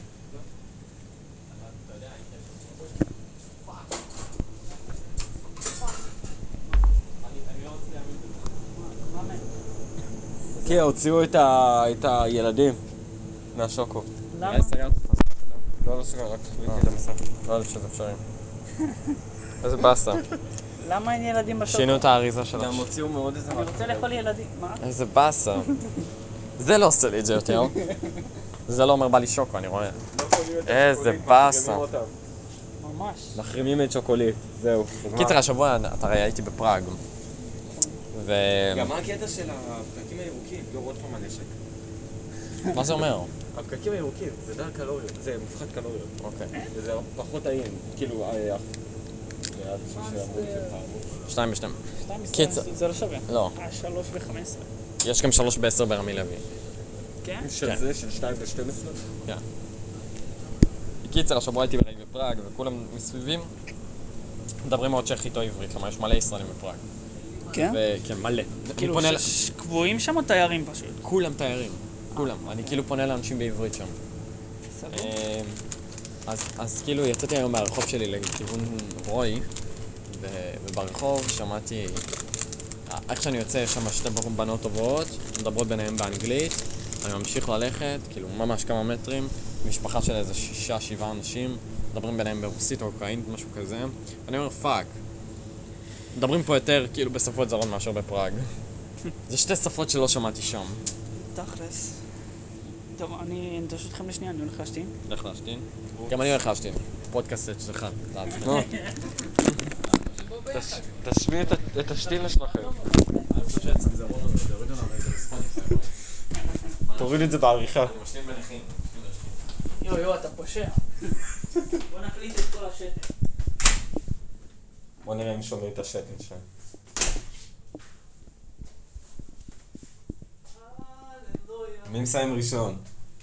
מה מת? כן, הוציאו את ה- את הילדים מהשוקו. למה? לא, לא סגר, רק חליתי את המסך. לא יודע שזה אפשרי. איזה באסה. למה אין ילדים בשוקו? שינו את האריזה שלך. גם הוציאו מאוד איזה אני רוצה לאכול ילדים. מה? איזה באסה. זה לא עושה לי את זה יותר. זה לא אומר בא לי שוקו, אני רואה. איזה באסה. ממש. מחרימים את שוקולית, זהו. קיצר, השבוע, אתה הרי הייתי בפראג. ו... גם מה הקטע של הפקקים הירוקים? לא עוד פעם הנשק. מה זה אומר? הפקקים הירוקים, זה דל קלוריות, זה מופחת קלוריות. אוקיי. וזה פחות טעים, כאילו, אה, זה היה בשביל שאמרו את זה פעם. שתיים בשתיים. שתיים עשרה, קיצר. זה לא שווה. לא. אה, שלוש וחמש עשרה. יש גם שלוש בעשר ברמי לוי. כן? של כן. זה, של שתיים ושתים עשרה? כן. קיצר, השבוע הייתי ברגע בפראג, וכולם מסביבים מדברים מאוד צ'כית או עברית, כלומר יש מלא ישראלים בפראג. כן? וכן, מלא. אני כאילו, פונה ל- ש- קבועים שם או תיירים פשוט? כולם תיירים. כולם. אני כאילו פונה לאנשים בעברית שם. סבבה. אמ, אז, אז כאילו יצאתי היום מהרחוב שלי לכיוון רוי, ו- וברחוב שמעתי, איך שאני יוצא, יש שם שתי בנות טובות, מדברות ביניהן באנגלית, אני ממשיך ללכת, כאילו ממש כמה מטרים, משפחה של איזה שישה, שבעה אנשים, מדברים ביניהם ברוסית או אוקראינית, משהו כזה, ואני אומר פאק, מדברים פה יותר כאילו בשפות זרות מאשר בפראג. זה שתי שפות שלא שמעתי שם. תכלס. טוב, אני אנטוש אתכם לשנייה, אני הולך להשתין. הולך להשתין? גם אני הולך להשתין. פודקאסט שלך, לעצמך. תשמיע את השתילה שלכם. תוריד את זה בעריכה. יו יו, אתה פושע. בוא נקליט את כל השטף. בוא נראה אם שומעים את השתן שם. מי מסיים ראשון?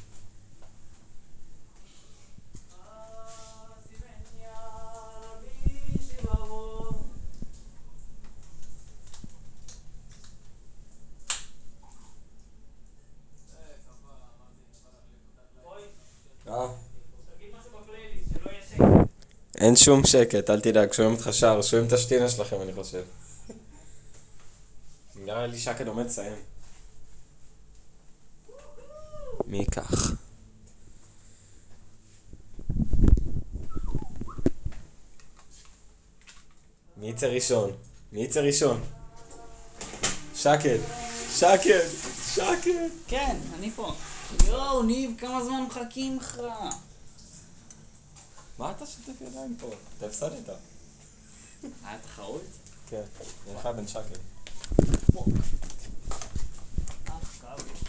אה? תגיד משהו בפלייליסט, שלא יהיה שקט. אין שום שקט, אל תדאג, שומעים אותך שר, שומעים את השתינה שלכם, אני חושב. נראה לי שקד עומד לסיים. מי ייקח? מי יצא ראשון? מי יצא ראשון? שקד! שקד! שקד! כן, אני פה. יואו, ניב, כמה זמן מחכים לך? מה אתה שוטף ידיים פה? אתה הפסדת. היה תחרות? כן, בינך בן שקד. אך, כאב לי.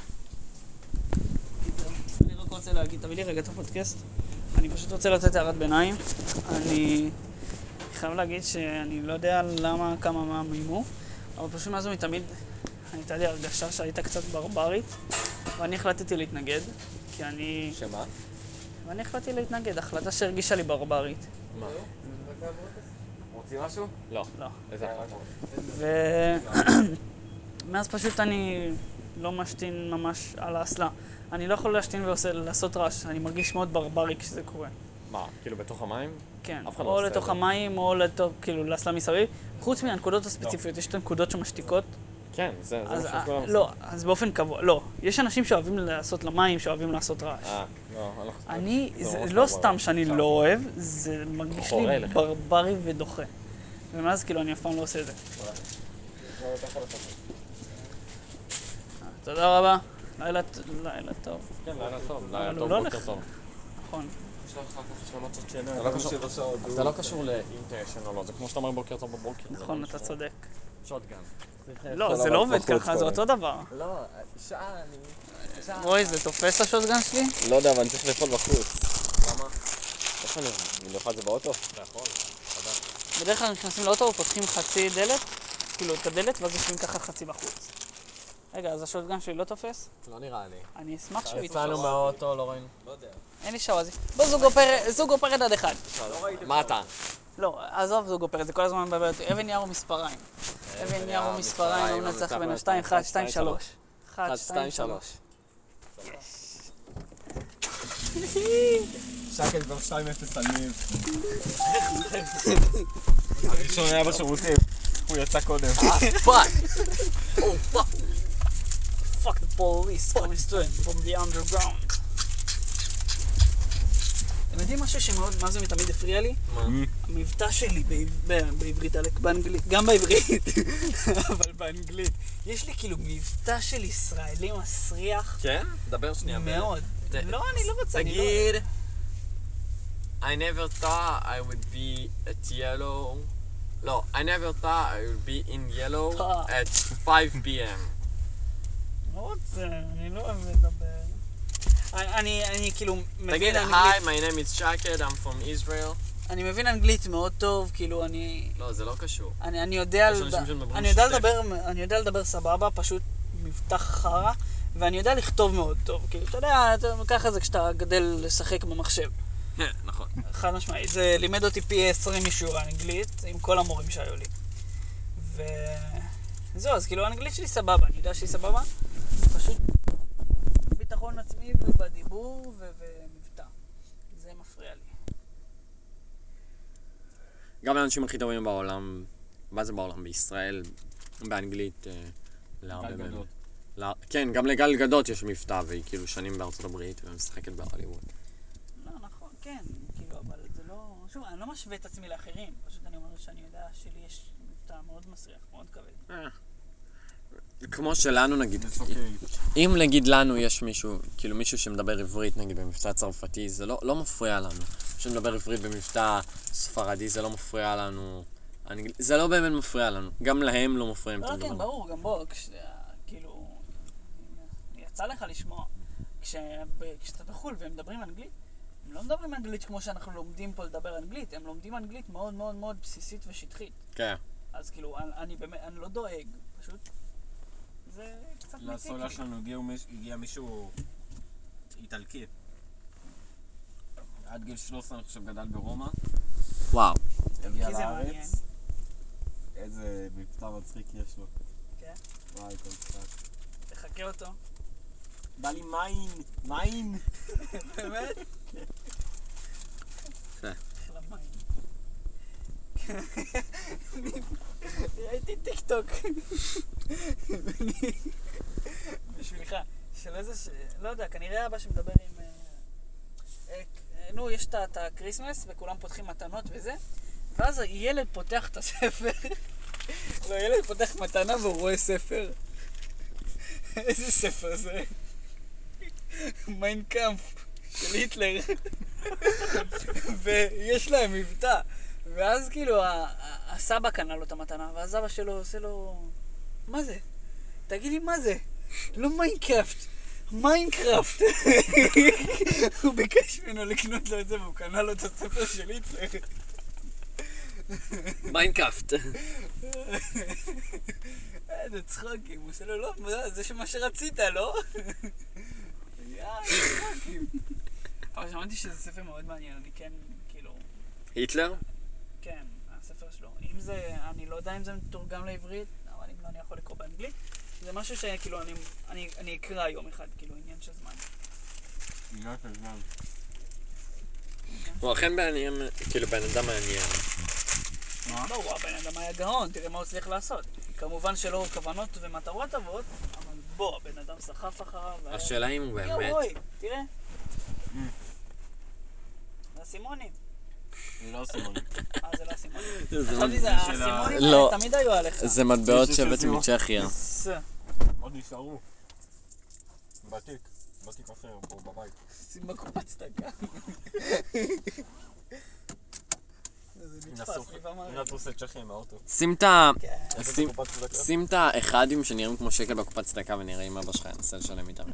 אני רק רוצה להגיד, תביא לי רגע את הפודקאסט. אני פשוט רוצה לתת הערת ביניים. אני חייב להגיד שאני לא יודע למה כמה מה מימו, אבל פשוט מאז ומתמיד הייתה לי הרגשה שהייתה קצת ברברית, ואני החלטתי להתנגד, כי אני... שמה? ואני החלטתי להתנגד, החלטה שהרגישה לי ברברית. מה? רוצים משהו? לא. לא. איזה החלטה? ומאז פשוט אני לא משתין ממש על האסלה. אני לא יכול להשתין ולעשות רעש, אני מרגיש מאוד ברברי כשזה קורה. מה, כאילו בתוך המים? כן, אף אחד לא או עושה את לתוך זה. המים או לתוך, כאילו, לאסלה מסביב. חוץ מהנקודות הספציפיות, יש את הנקודות שמשתיקות. כן, זה זה אז, מה שכולם עושים. לא, אז באופן קבוע, לא. יש אנשים שאוהבים לעשות למים, שאוהבים לעשות רעש. אה, לא, אני לא חושב. אני, זה ממש לא ברברי. סתם שאני לא אוהב, זה מרגיש חורה לי לך. ברברי ודוחה. ומאז כאילו אני אף פעם לא עושה את זה. לא, אתה יכול לעשות. תודה רבה, לילה ט- לילה טוב. כן, לילה טוב, אבל לילה הוא טוב, לא בוקר הולך- טוב. נכון. יש לך אחר כך השלמות של כן, זה אבל לא קשור- שבע שעות, אבל הוא- זה לא קשור לאם אתה ישן או לא, זה כמו שאתה אומר בוקר טוב בבוקר. זה נכון, לא אתה משנה. צודק. שוטגן. לא, זה לא עובד ככה, זה אותו דבר. לא, שעה אני... רואי, זה תופס השוטגן שלי? לא יודע, אבל אני צריך לאכול בחוץ. למה? איך אני... אני אוכל את זה באוטו? אתה יכול, תודה. בדרך כלל נכנסים לאוטו ופותחים חצי דלת, כאילו את הדלת, ואז יושבים ככה חצי בחוץ. רגע, אז השוטגן שלי לא תופס? לא נראה לי. אני אשמח שהוא יתפוס. יצאנו מהאוטו, לא ראינו. לא יודע. אין לי שוואזי. בוא זוגו פרד, זוגו פרד עד אחד. מה אתה? לא, עזוב זוגו פרד, זה כל הזמן מבלבל אותי. אבן יער ומספריים. אבן יער ומספריים, לא מנצח בין השתיים, אחד, שתיים, שלוש. אחד, שתיים, שלוש. שקל כבר שתיים אפס על ניב. הראשון היה בשירותים. הוא יצא קודם. Fuck! Oh, fuck! Fuck the police coming straight from the underground. אתם יודעים משהו שמאוד, מה זה תמיד הפריע לי? מה? המבטא שלי בעב- ב- בעברית, אלק, באנגלית, גם בעברית, אבל באנגלית. יש לי כאילו מבטא של ישראלי מסריח כן? דבר שנייה. מאוד. ת- לא, אני לא רוצה, אני לא... תגיד... I never thought I would be at yellow... לא, I never thought I would be in yellow אה. at five p.m. לא רוצה, אני לא אוהב לדבר. אני, אני, אני כאילו מבין תגיד, אנגלית, hi, my name is Shaked, I'm from Israel. אני מבין אנגלית מאוד טוב, כאילו אני... לא, זה לא קשור. אני, אני יודע, יש לד... אנשים שמדברים אני יודע שוטף. לדבר, אני יודע לדבר סבבה, פשוט מבטא חרא, ואני יודע לכתוב מאוד טוב, כאילו, אתה יודע, אתה ככה זה כשאתה גדל לשחק במחשב. נכון. חד משמעית, זה לימד אותי פי עשרים משיעור האנגלית, עם כל המורים שהיו לי. וזהו, אז כאילו האנגלית שלי סבבה, אני יודע שהיא סבבה, פשוט ביטחון עצמי ובדיבור ו- ומבטא. זה מפריע לי. גם האנשים הכי טובים בעולם, מה זה בעולם? בישראל, באנגלית, אה, להרבה גל מהם. גדות. לה- כן, גם לגל גדות יש מבטא, והיא כאילו שנים בארצות הברית, ומשחקת בהוליווד. לא, נכון, כן, כאילו, אבל זה לא... שוב, אני לא משווה את עצמי לאחרים, פשוט אני אומר שאני יודע שלי יש מבטא מאוד מסריח, מאוד כבד. כמו שלנו נגיד, It's okay. אם נגיד לנו יש מישהו, כאילו מישהו שמדבר עברית נגיד במבטא צרפתי, זה לא, לא מפריע לנו. שמדבר עברית במבטא ספרדי, זה לא מפריע לנו. אני, זה לא באמת מפריע לנו. גם להם לא מפריע אם לא, אתה כן, מדבר. ברור, גם בוא, כש... כאילו... יצא לך לשמוע, כש... כשאתה בחו"ל והם מדברים אנגלית, הם לא מדברים אנגלית כמו שאנחנו לומדים פה לדבר אנגלית, הם לומדים אנגלית מאוד מאוד מאוד בסיסית ושטחית. כן. אז כאילו, אני, אני באמת, אני לא דואג, פשוט זה קצת מציק לסולר לי. שלנו הגיע מיש- הגיע מישהו איטלקי. עד גיל שלוש עשרה אני חושב גדל ברומא. וואו. הגיע כי זה מעניין. לארץ. איזה מבטא מצחיק יש לו. כן? וואי, כל קצת. תחכה אותו. בא לי מים! מים! באמת? יפה. אחלה מים. ראיתי טיק טוק. בשבילך. של איזה ש... לא יודע, כנראה אבא שמדבר עם... אה, אה, נו, יש את ה- את הקריסמס, וכולם פותחים מתנות וזה, ואז הילד פותח את הספר. לא, ילד פותח מתנה והוא רואה ספר. איזה ספר זה? מיינקאמפ של היטלר. ויש להם מבטא. ואז כאילו ה- ה- הסבא קנה לו את המתנה, ואז אבא שלו עושה לו... מה זה? תגיד לי מה זה? לא מיינקראפט, מיינקראפט. הוא ביקש ממנו לקנות לו את זה והוא קנה לו את הספר של היטלר. מיינקראפט. איזה צחוקים, הוא עושה לו לא, מה, זה מה שרצית, לא? יאה, צחוקים. אבל שמעתי שזה ספר מאוד מעניין, אני כן, כאילו... היטלר? כן, הספר שלו. אם זה, אני לא יודע אם זה מתורגם לעברית, אבל אם לא, אני יכול לקרוא באנגלית. זה משהו שכאילו אני, אני, אני אקרא יום אחד, כאילו עניין של זמן. עניין של זמן. הוא אכן מעניין, כאילו בן אדם מעניין. מה? לא, הוא הבן אדם היה גאון, תראה מה הוא צריך לעשות. כמובן שלא כוונות ומטרות טובות, אבל בוא, הבן אדם סחף אחריו. והיה- השאלה אם הוא יואו, באמת... רוי, תראה. זה הסימונים. זה לא סימונים. אה, זה לא הסימונים? זה חשבתי מ- זה של ה- הסימונים לא. האלה תמיד היו עליך. זה מטבעות יש שהבאתי סיום. מצ'כיה. ס- עוד נשארו. בתיק. בתיק אחר פה בבית. שים בקופת צדקה. זה נתפס לי הנה במערכת. טוס את צ'כיה מהאוטו. שים את ה... כן. איזה שים- בקופת צדקה? שים את האחדים שנראים כמו שקל בקופת צדקה ונראה אם אבא שלך ינסה לשלם איתם.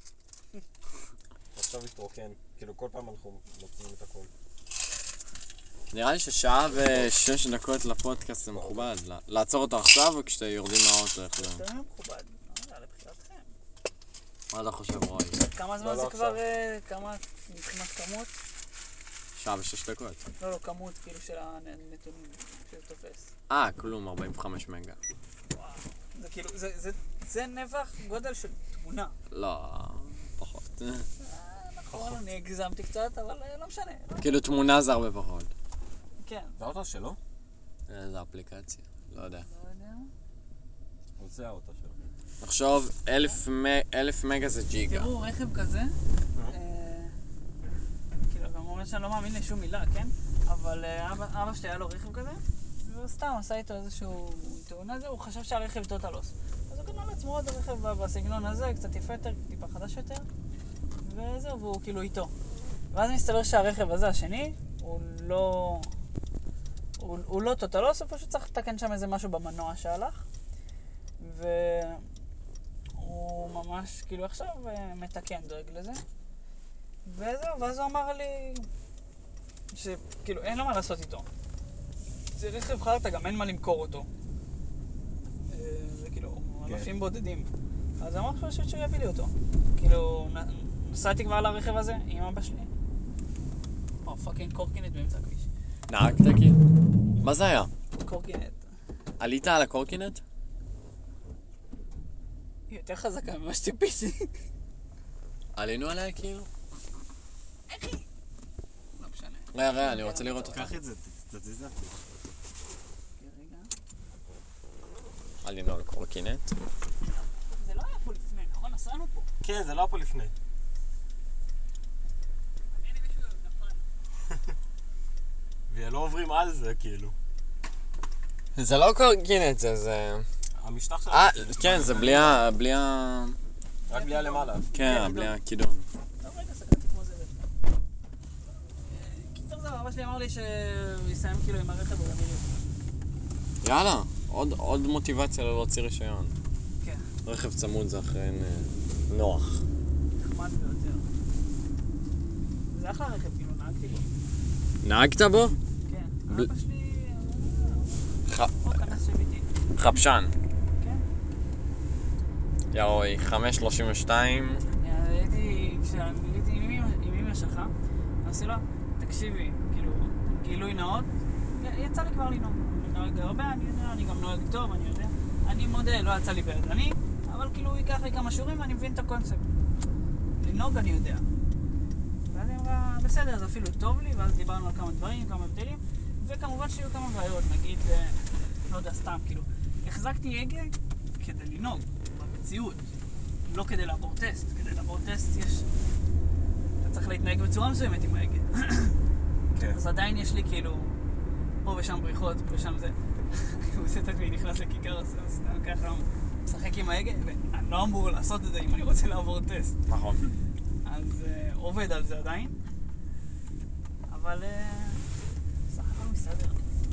עכשיו יתרוקן. כאילו כל פעם אנחנו מוצאים את הכל. נראה לי ששעה ושש דקות לפודקאסט זה מכובד. ל- לעצור אותו עכשיו או כשאתם יורדים מהאוטו? איך זה? יותר מכובד. לא יודע, לבחירתכם. מה אתה חושב, רועי? כמה זמן לא, זה לא כבר, עכשיו. אה, כמה, מבחינת כמות? שעה ושש דקות. לא, לא, כמות כאילו של הנתונים שזה תופס. אה, כלום, ארבעים וחמש מגה. וואו. זה כאילו, זה, זה, זה נפח גודל של תמונה. לא, פחות. אה, נכון, אני הגזמתי קצת, אבל אה, לא משנה. לא- כאילו תמונה זה הרבה פחות. כן. זה האוטו שלו? איזה אפליקציה, לא יודע. לא יודע. זה האוטו שלו. נחשוב, אלף מ- אלף מגה זה ג'יגה. תראו, רכב כזה, אה, כאילו, גם אומר שאני לא מאמין לשום מילה, כן? אבל אה, אבא, אבא שלי היה לו רכב כזה, והוא סתם עשה איתו איזשהו תאונה הזה, הוא חשב שהרכב טוטלוס. אז הוא קנה לעצמו עוד רכב בסגנון הזה, קצת יפה יותר, טיפה חדש יותר, וזהו, והוא כאילו איתו. ואז מסתבר שהרכב הזה, השני, הוא לא... הוא, הוא לא טוטלוס, הוא פשוט צריך לתקן שם איזה משהו במנוע שהלך. והוא ממש כאילו עכשיו אה, מתקן, דואג לזה. וזהו, ואז הוא אמר לי שכאילו אין לו מה לעשות איתו. זה רכב חרטה, גם אין מה למכור אותו. אה, זה כאילו, כן. אלפים בודדים. אז אמר פשוט שהוא יביא לי אותו. כאילו, נ- נסעתי כבר לרכב הזה עם אבא שלי. או, פאקינג קורקינט באמצע הכביש. נהגת כאילו? מה זה היה? קורקינט. עלית על הקורקינט? היא יותר חזקה ממה שציפיתי. עלינו עליה כאילו? לא משנה. רגע, רגע, אני רוצה לראות אותך. קח את זה, תזיז את זה. רגע. עלינו על קורקינט. זה לא היה פה לפני, נכון? נסענו פה. כן, זה לא היה פה לפני. מעניין אם מישהו נפל. ולא עוברים על זה, כאילו. זה לא קורקינט, זה זה... המשטח שלו. אה, כן, זה בלי ה... בלי ה... רק בלי הלמעלה. כן, בלי הכידון. טוב, רגע, סגרתי כמו זה. אה, קיצר זהו, אבא שלי אמר לי שהוא יסיים כאילו עם הרכב הוא יביא לי אותו. יאללה, עוד עוד מוטיבציה לא להוציא רישיון. כן, רכב צמוד זה אכן אה, נוח. נחמד ביותר. זה אחלה רכב, כאילו, נהגתי בו. נהגת בו? כן, בל- אבא שלי... ח- או כנס שביתי. חפשן. כן. יא רועי, חמש שלושים ושתיים. הייתי, כשגיליתי עם אמא- עם אמא שלך, אמרתי לה, תקשיבי, כאילו, גילוי נאות, י- יצא לי כבר לנהוג. אני נוהג הרבה, אני יודע, אני גם נוהג טוב, אני יודע. אני מודה, לא יצא לי בידני, אבל כאילו, ייקח לי כמה שיעורים ואני מבין את הקונספט. לנהוג אני יודע. ואז היא אמרה, בסדר, זה אפילו טוב לי, ואז דיברנו על כמה דברים, כמה הבדלים, וכמובן שיהיו כמה בעיות, נגיד, אה, לא יודע, סתם, כאילו, החזקתי הגה כדי לנהוג, במציאות, לא כדי לעבור טסט. כדי לעבור טסט יש... אתה צריך להתנהג בצורה מסוימת עם ההגה. כן. אז עדיין יש לי כאילו, פה ושם בריחות, פה ושם זה. אני עושה את עצמי, נכנס לכיכר, אז סתם ככה, משחק עם ההגה, ואני לא אמור לעשות את זה אם אני רוצה לעבור טסט. נכון. אז uh, עובד על זה עדיין, אבל uh, סך הכל מסתדר.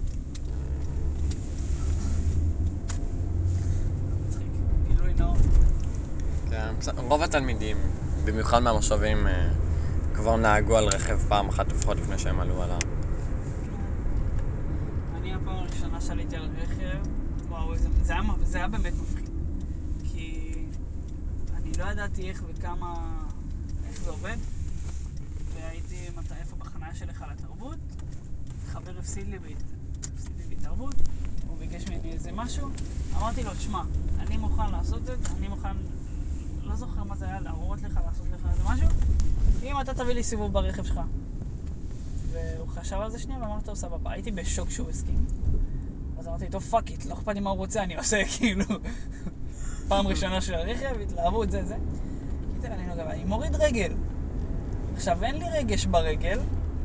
מצחיק, גילוי נאות. כן, בסדר. רוב התלמידים, במיוחד מהמושבים, אה, כבר נהגו על רכב פעם אחת לפחות לפני שהם עלו עליו. אני הפעם הראשונה שעליתי על רכב, וואו, זה, זה, היה, זה היה באמת מפחיד. כי אני לא ידעתי איך וכמה, איך זה עובד. והייתי מת... איפה בחניה של היכל התרבות, חבר הפסיד לי, בהת... הפסיד לי בהתערבות, ביקש ממני איזה משהו, אמרתי לו, תשמע, אני מוכן לעשות את זה, אני מוכן, לא זוכר מה זה היה, להראות לך, לעשות לך איזה משהו, אם אתה תביא לי סיבוב ברכב שלך. והוא חשב על זה שנייה ואמרתי לו, סבבה, הייתי בשוק שהוא הסכים. אז אמרתי, טוב, פאק איט, לא אכפת לי מה הוא רוצה, אני עושה כאילו פעם ראשונה של הרכב, התלהבות, זה, זה. קיצר, אני נוגע, אני מוריד רגל. עכשיו, אין לי רגש ברגל,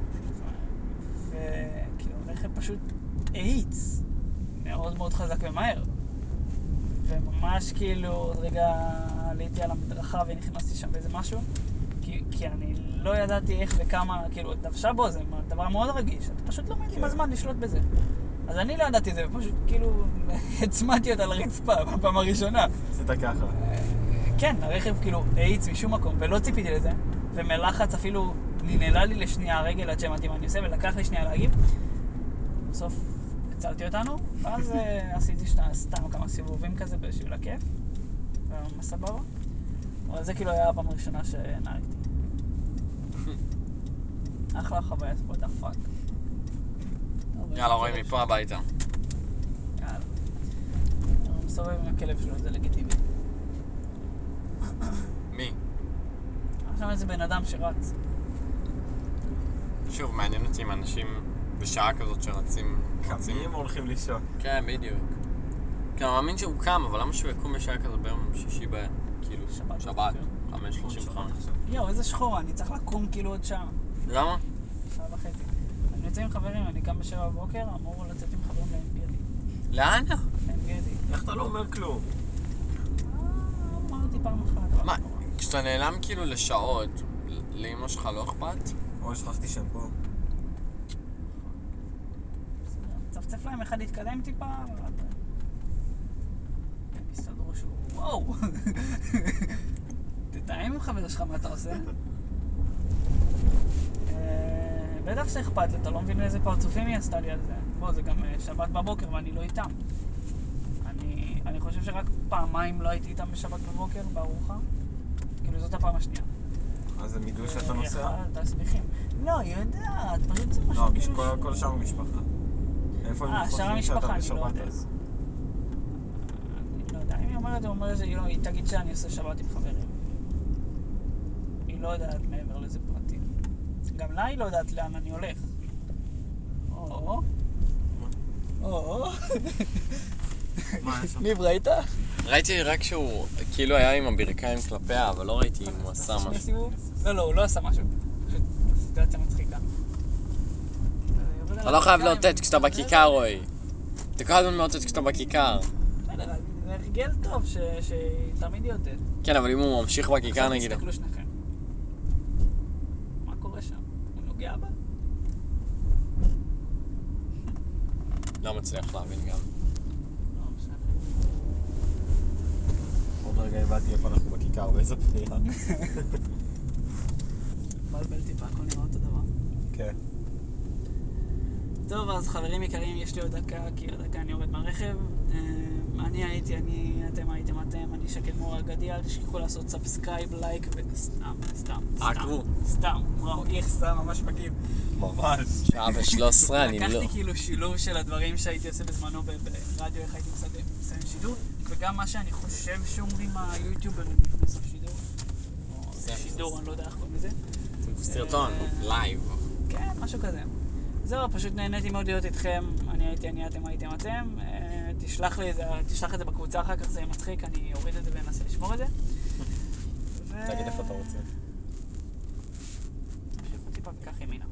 וכאילו, הרכב פשוט האיץ, מאוד מאוד חזק ומהר. וממש כאילו, עוד רגע עליתי על המדרכה ונכנסתי שם באיזה משהו, כי, כי אני לא ידעתי איך וכמה, כאילו, דוושה בו, זה דבר מאוד רגיש, אתה פשוט לומד עם הזמן לשלוט בזה. אז אני לא ידעתי את זה, ופשוט כאילו, הצמדתי אותה לרצפה בפעם הראשונה. עשית ככה. כן, הרכב כאילו האיץ משום מקום, ולא ציפיתי לזה, ומלחץ אפילו ננעלה לי לשנייה הרגל עד שהבנתי מה אני עושה, ולקח לי שנייה להגיב. בסוף הצלתי אותנו, ואז עשיתי סתם כמה סיבובים כזה בשביל הכיף, וממש סבבה. אבל זה כאילו היה הפעם הראשונה שנהגתי. אחלה חוויה, what the fuck. יאללה, רואים מפה הביתה. יאללה. הוא מסתובב עם הכלב שלו, זה לגיטימי. מי? עכשיו איזה בן אדם שרץ. שוב, מעניין אותי עם אנשים בשעה כזאת שרצים... קמים הולכים לישון. כן, בדיוק. כן, אני מאמין שהוא קם, אבל למה שהוא יקום בשעה כזאת ביום שישי ב... כאילו, שבת. שבת, חמש שלושים וחמש. יואו, איזה שחורה, אני צריך לקום כאילו עוד שעה. למה? שעה וחצי. אני יוצא עם חברים, אני קם בשבע בבוקר, אמור לצאת עם חברים לעין גדי. לאן? לעין גדי. איך אתה לא אומר כלום? אמרתי פעם אחת. מה, כשאתה נעלם כאילו לשעות, לאמא שלך לא אכפת? אוי, שכחתי שמפו. צפצף להם אחד להתקדם טיפה, אבל... הם יסתדרו שהוא... וואו! תתאם עם חבר שלך מה אתה עושה? בטח שאכפת לי, אתה לא מבין איזה פרצופים היא עשתה לי על זה. בוא, זה גם שבת בבוקר ואני לא איתם. אני, אני חושב שרק פעמיים לא הייתי איתם בשבת בבוקר, בארוחה. כאילו, זאת הפעם השנייה. אז זה מידול שאתה נוסע? תסביכים. לא, יודעת, פשוט זה משהו לא, כאילו... כל- כל שאר המשפחה. איפה הם אה, שאר חושבים המשפחה, שאתה אני לא בשבת יודע. אז? אני לא יודע, אם היא אומרת, היא אומרת שהיא לא, היא תגיד שאני עושה שבת עם חברים. היא לא יודעת מעבר לזה פרטים. גם לה היא לא יודעת לאן אני הולך. או... או... מה, יש שם? ניב, ראית? ראיתי רק שהוא כאילו היה עם הברכיים כלפיה, אבל לא ראיתי אם הוא עשה שני משהו. סיבוב? לא, לא, הוא לא עשה משהו. פשוט סיטואציה מצחיקה. אתה לא חייב לאותת כשאתה בכיכר, רועי. אתה כל הזמן מאותת כשאתה בכיכר. בסדר, זה הרגל טוב שתמיד יאותת. כן, אבל אם הוא ממשיך בכיכר נגיד... עכשיו תסתכלו שניכם. מה קורה שם? הוא נוגע בה? לא מצליח להבין גם. לא, בסדר. עוד רגע הבאתי איפה אנחנו בכיכר, באיזה פנייה. בלבל טיפה, הכל נראה אותו דבר. כן. טוב, אז חברים יקרים, יש לי עוד דקה, כי עוד דקה אני יורד מהרכב. אני הייתי, אני, אתם הייתם אתם, אני שקד מור אגדי, אל תשכחו לעשות סאבסקרייב, לייק וסתם, סתם, סתם. עקבו. סתם, וואו, איך סתם, ממש מגעיל. ממש. שעה ושלוש עשרה, אני לא... לקחתי כאילו שילוב של הדברים שהייתי עושה בזמנו ברדיו, איך הייתי מסיים שידור, וגם מה שאני חושב שאומרים היוטיוברים לפני סוף שידור. או שידור, אני לא יודע איך קוראים לזה. סרטון, לייב. כן, משהו כזה. זהו, פשוט נהניתי מאוד להיות איתכם. אני הייתי, אני אתם, הייתם אתם. תשלח לי את זה, תשלח את זה בקבוצה אחר כך, זה יהיה מצחיק, אני אוריד את זה ואנסה לשמור את זה. תגיד איפה אתה רוצה. תמשיך אותי טיפה וכך ימינה.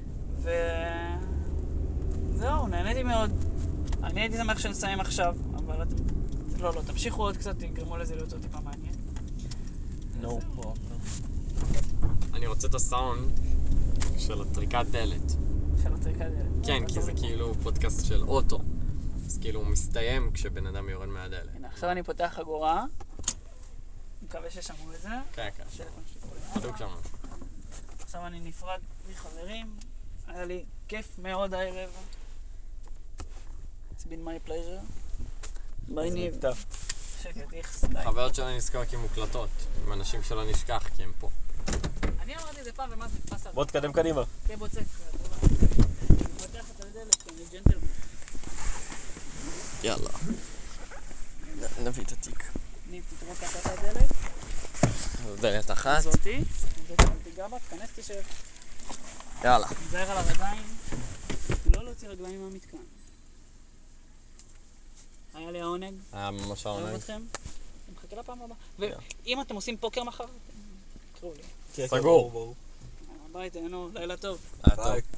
וזהו, נהניתי מאוד. אני הייתי שמח שנסיים עכשיו, אבל אתם... לא, לא, תמשיכו עוד קצת, תגרמו לזה להיות עוד טיפה מעניין. No problem. אני רוצה את הסאונד של הטריקת דלת. של הטריקת דלת. כן, כי זה כאילו פודקאסט של אוטו. אז כאילו הוא מסתיים כשבן אדם יורד מהדלת. הנה, עכשיו אני פותח חגורה. מקווה ששמעו את זה. כן, כן. שהטלפון שלי פה למטה. בדיוק שם. עכשיו אני נפרד מחברים. היה לי כיף מאוד הערב. It's been my pleasure. ביי ניב. שקט, איכס, די. חברות שלא נזכר כי מוקלטות. עם אנשים שלא נשכח כי הם פה. אני אמרתי את זה פעם ומה זה נתפס על. בוא תקדם קדימה. כן, בוא צק. אני פותח את הדלת, כי אני ג'נטלמן. יאללה. נ- נביא את התיק. ניב, תתרוק ככה את הדלת. זו דלת אחת. זאתי. זאתי, אל תיגע בה, תכנס, תשב. יאללה. תיזהר על הרגליים. לא להוציא רגליים מהמתקן. היה לי העונג. היה ממש אוהב העונג. אתכם. אני מחכה לפעם הבאה. יאללה. ואם אתם עושים פוקר מחר, תקראו לי. כן, כן, סגור. ברור, ברור. ביי, תהנו, לילה טוב. היה טוב. ביי.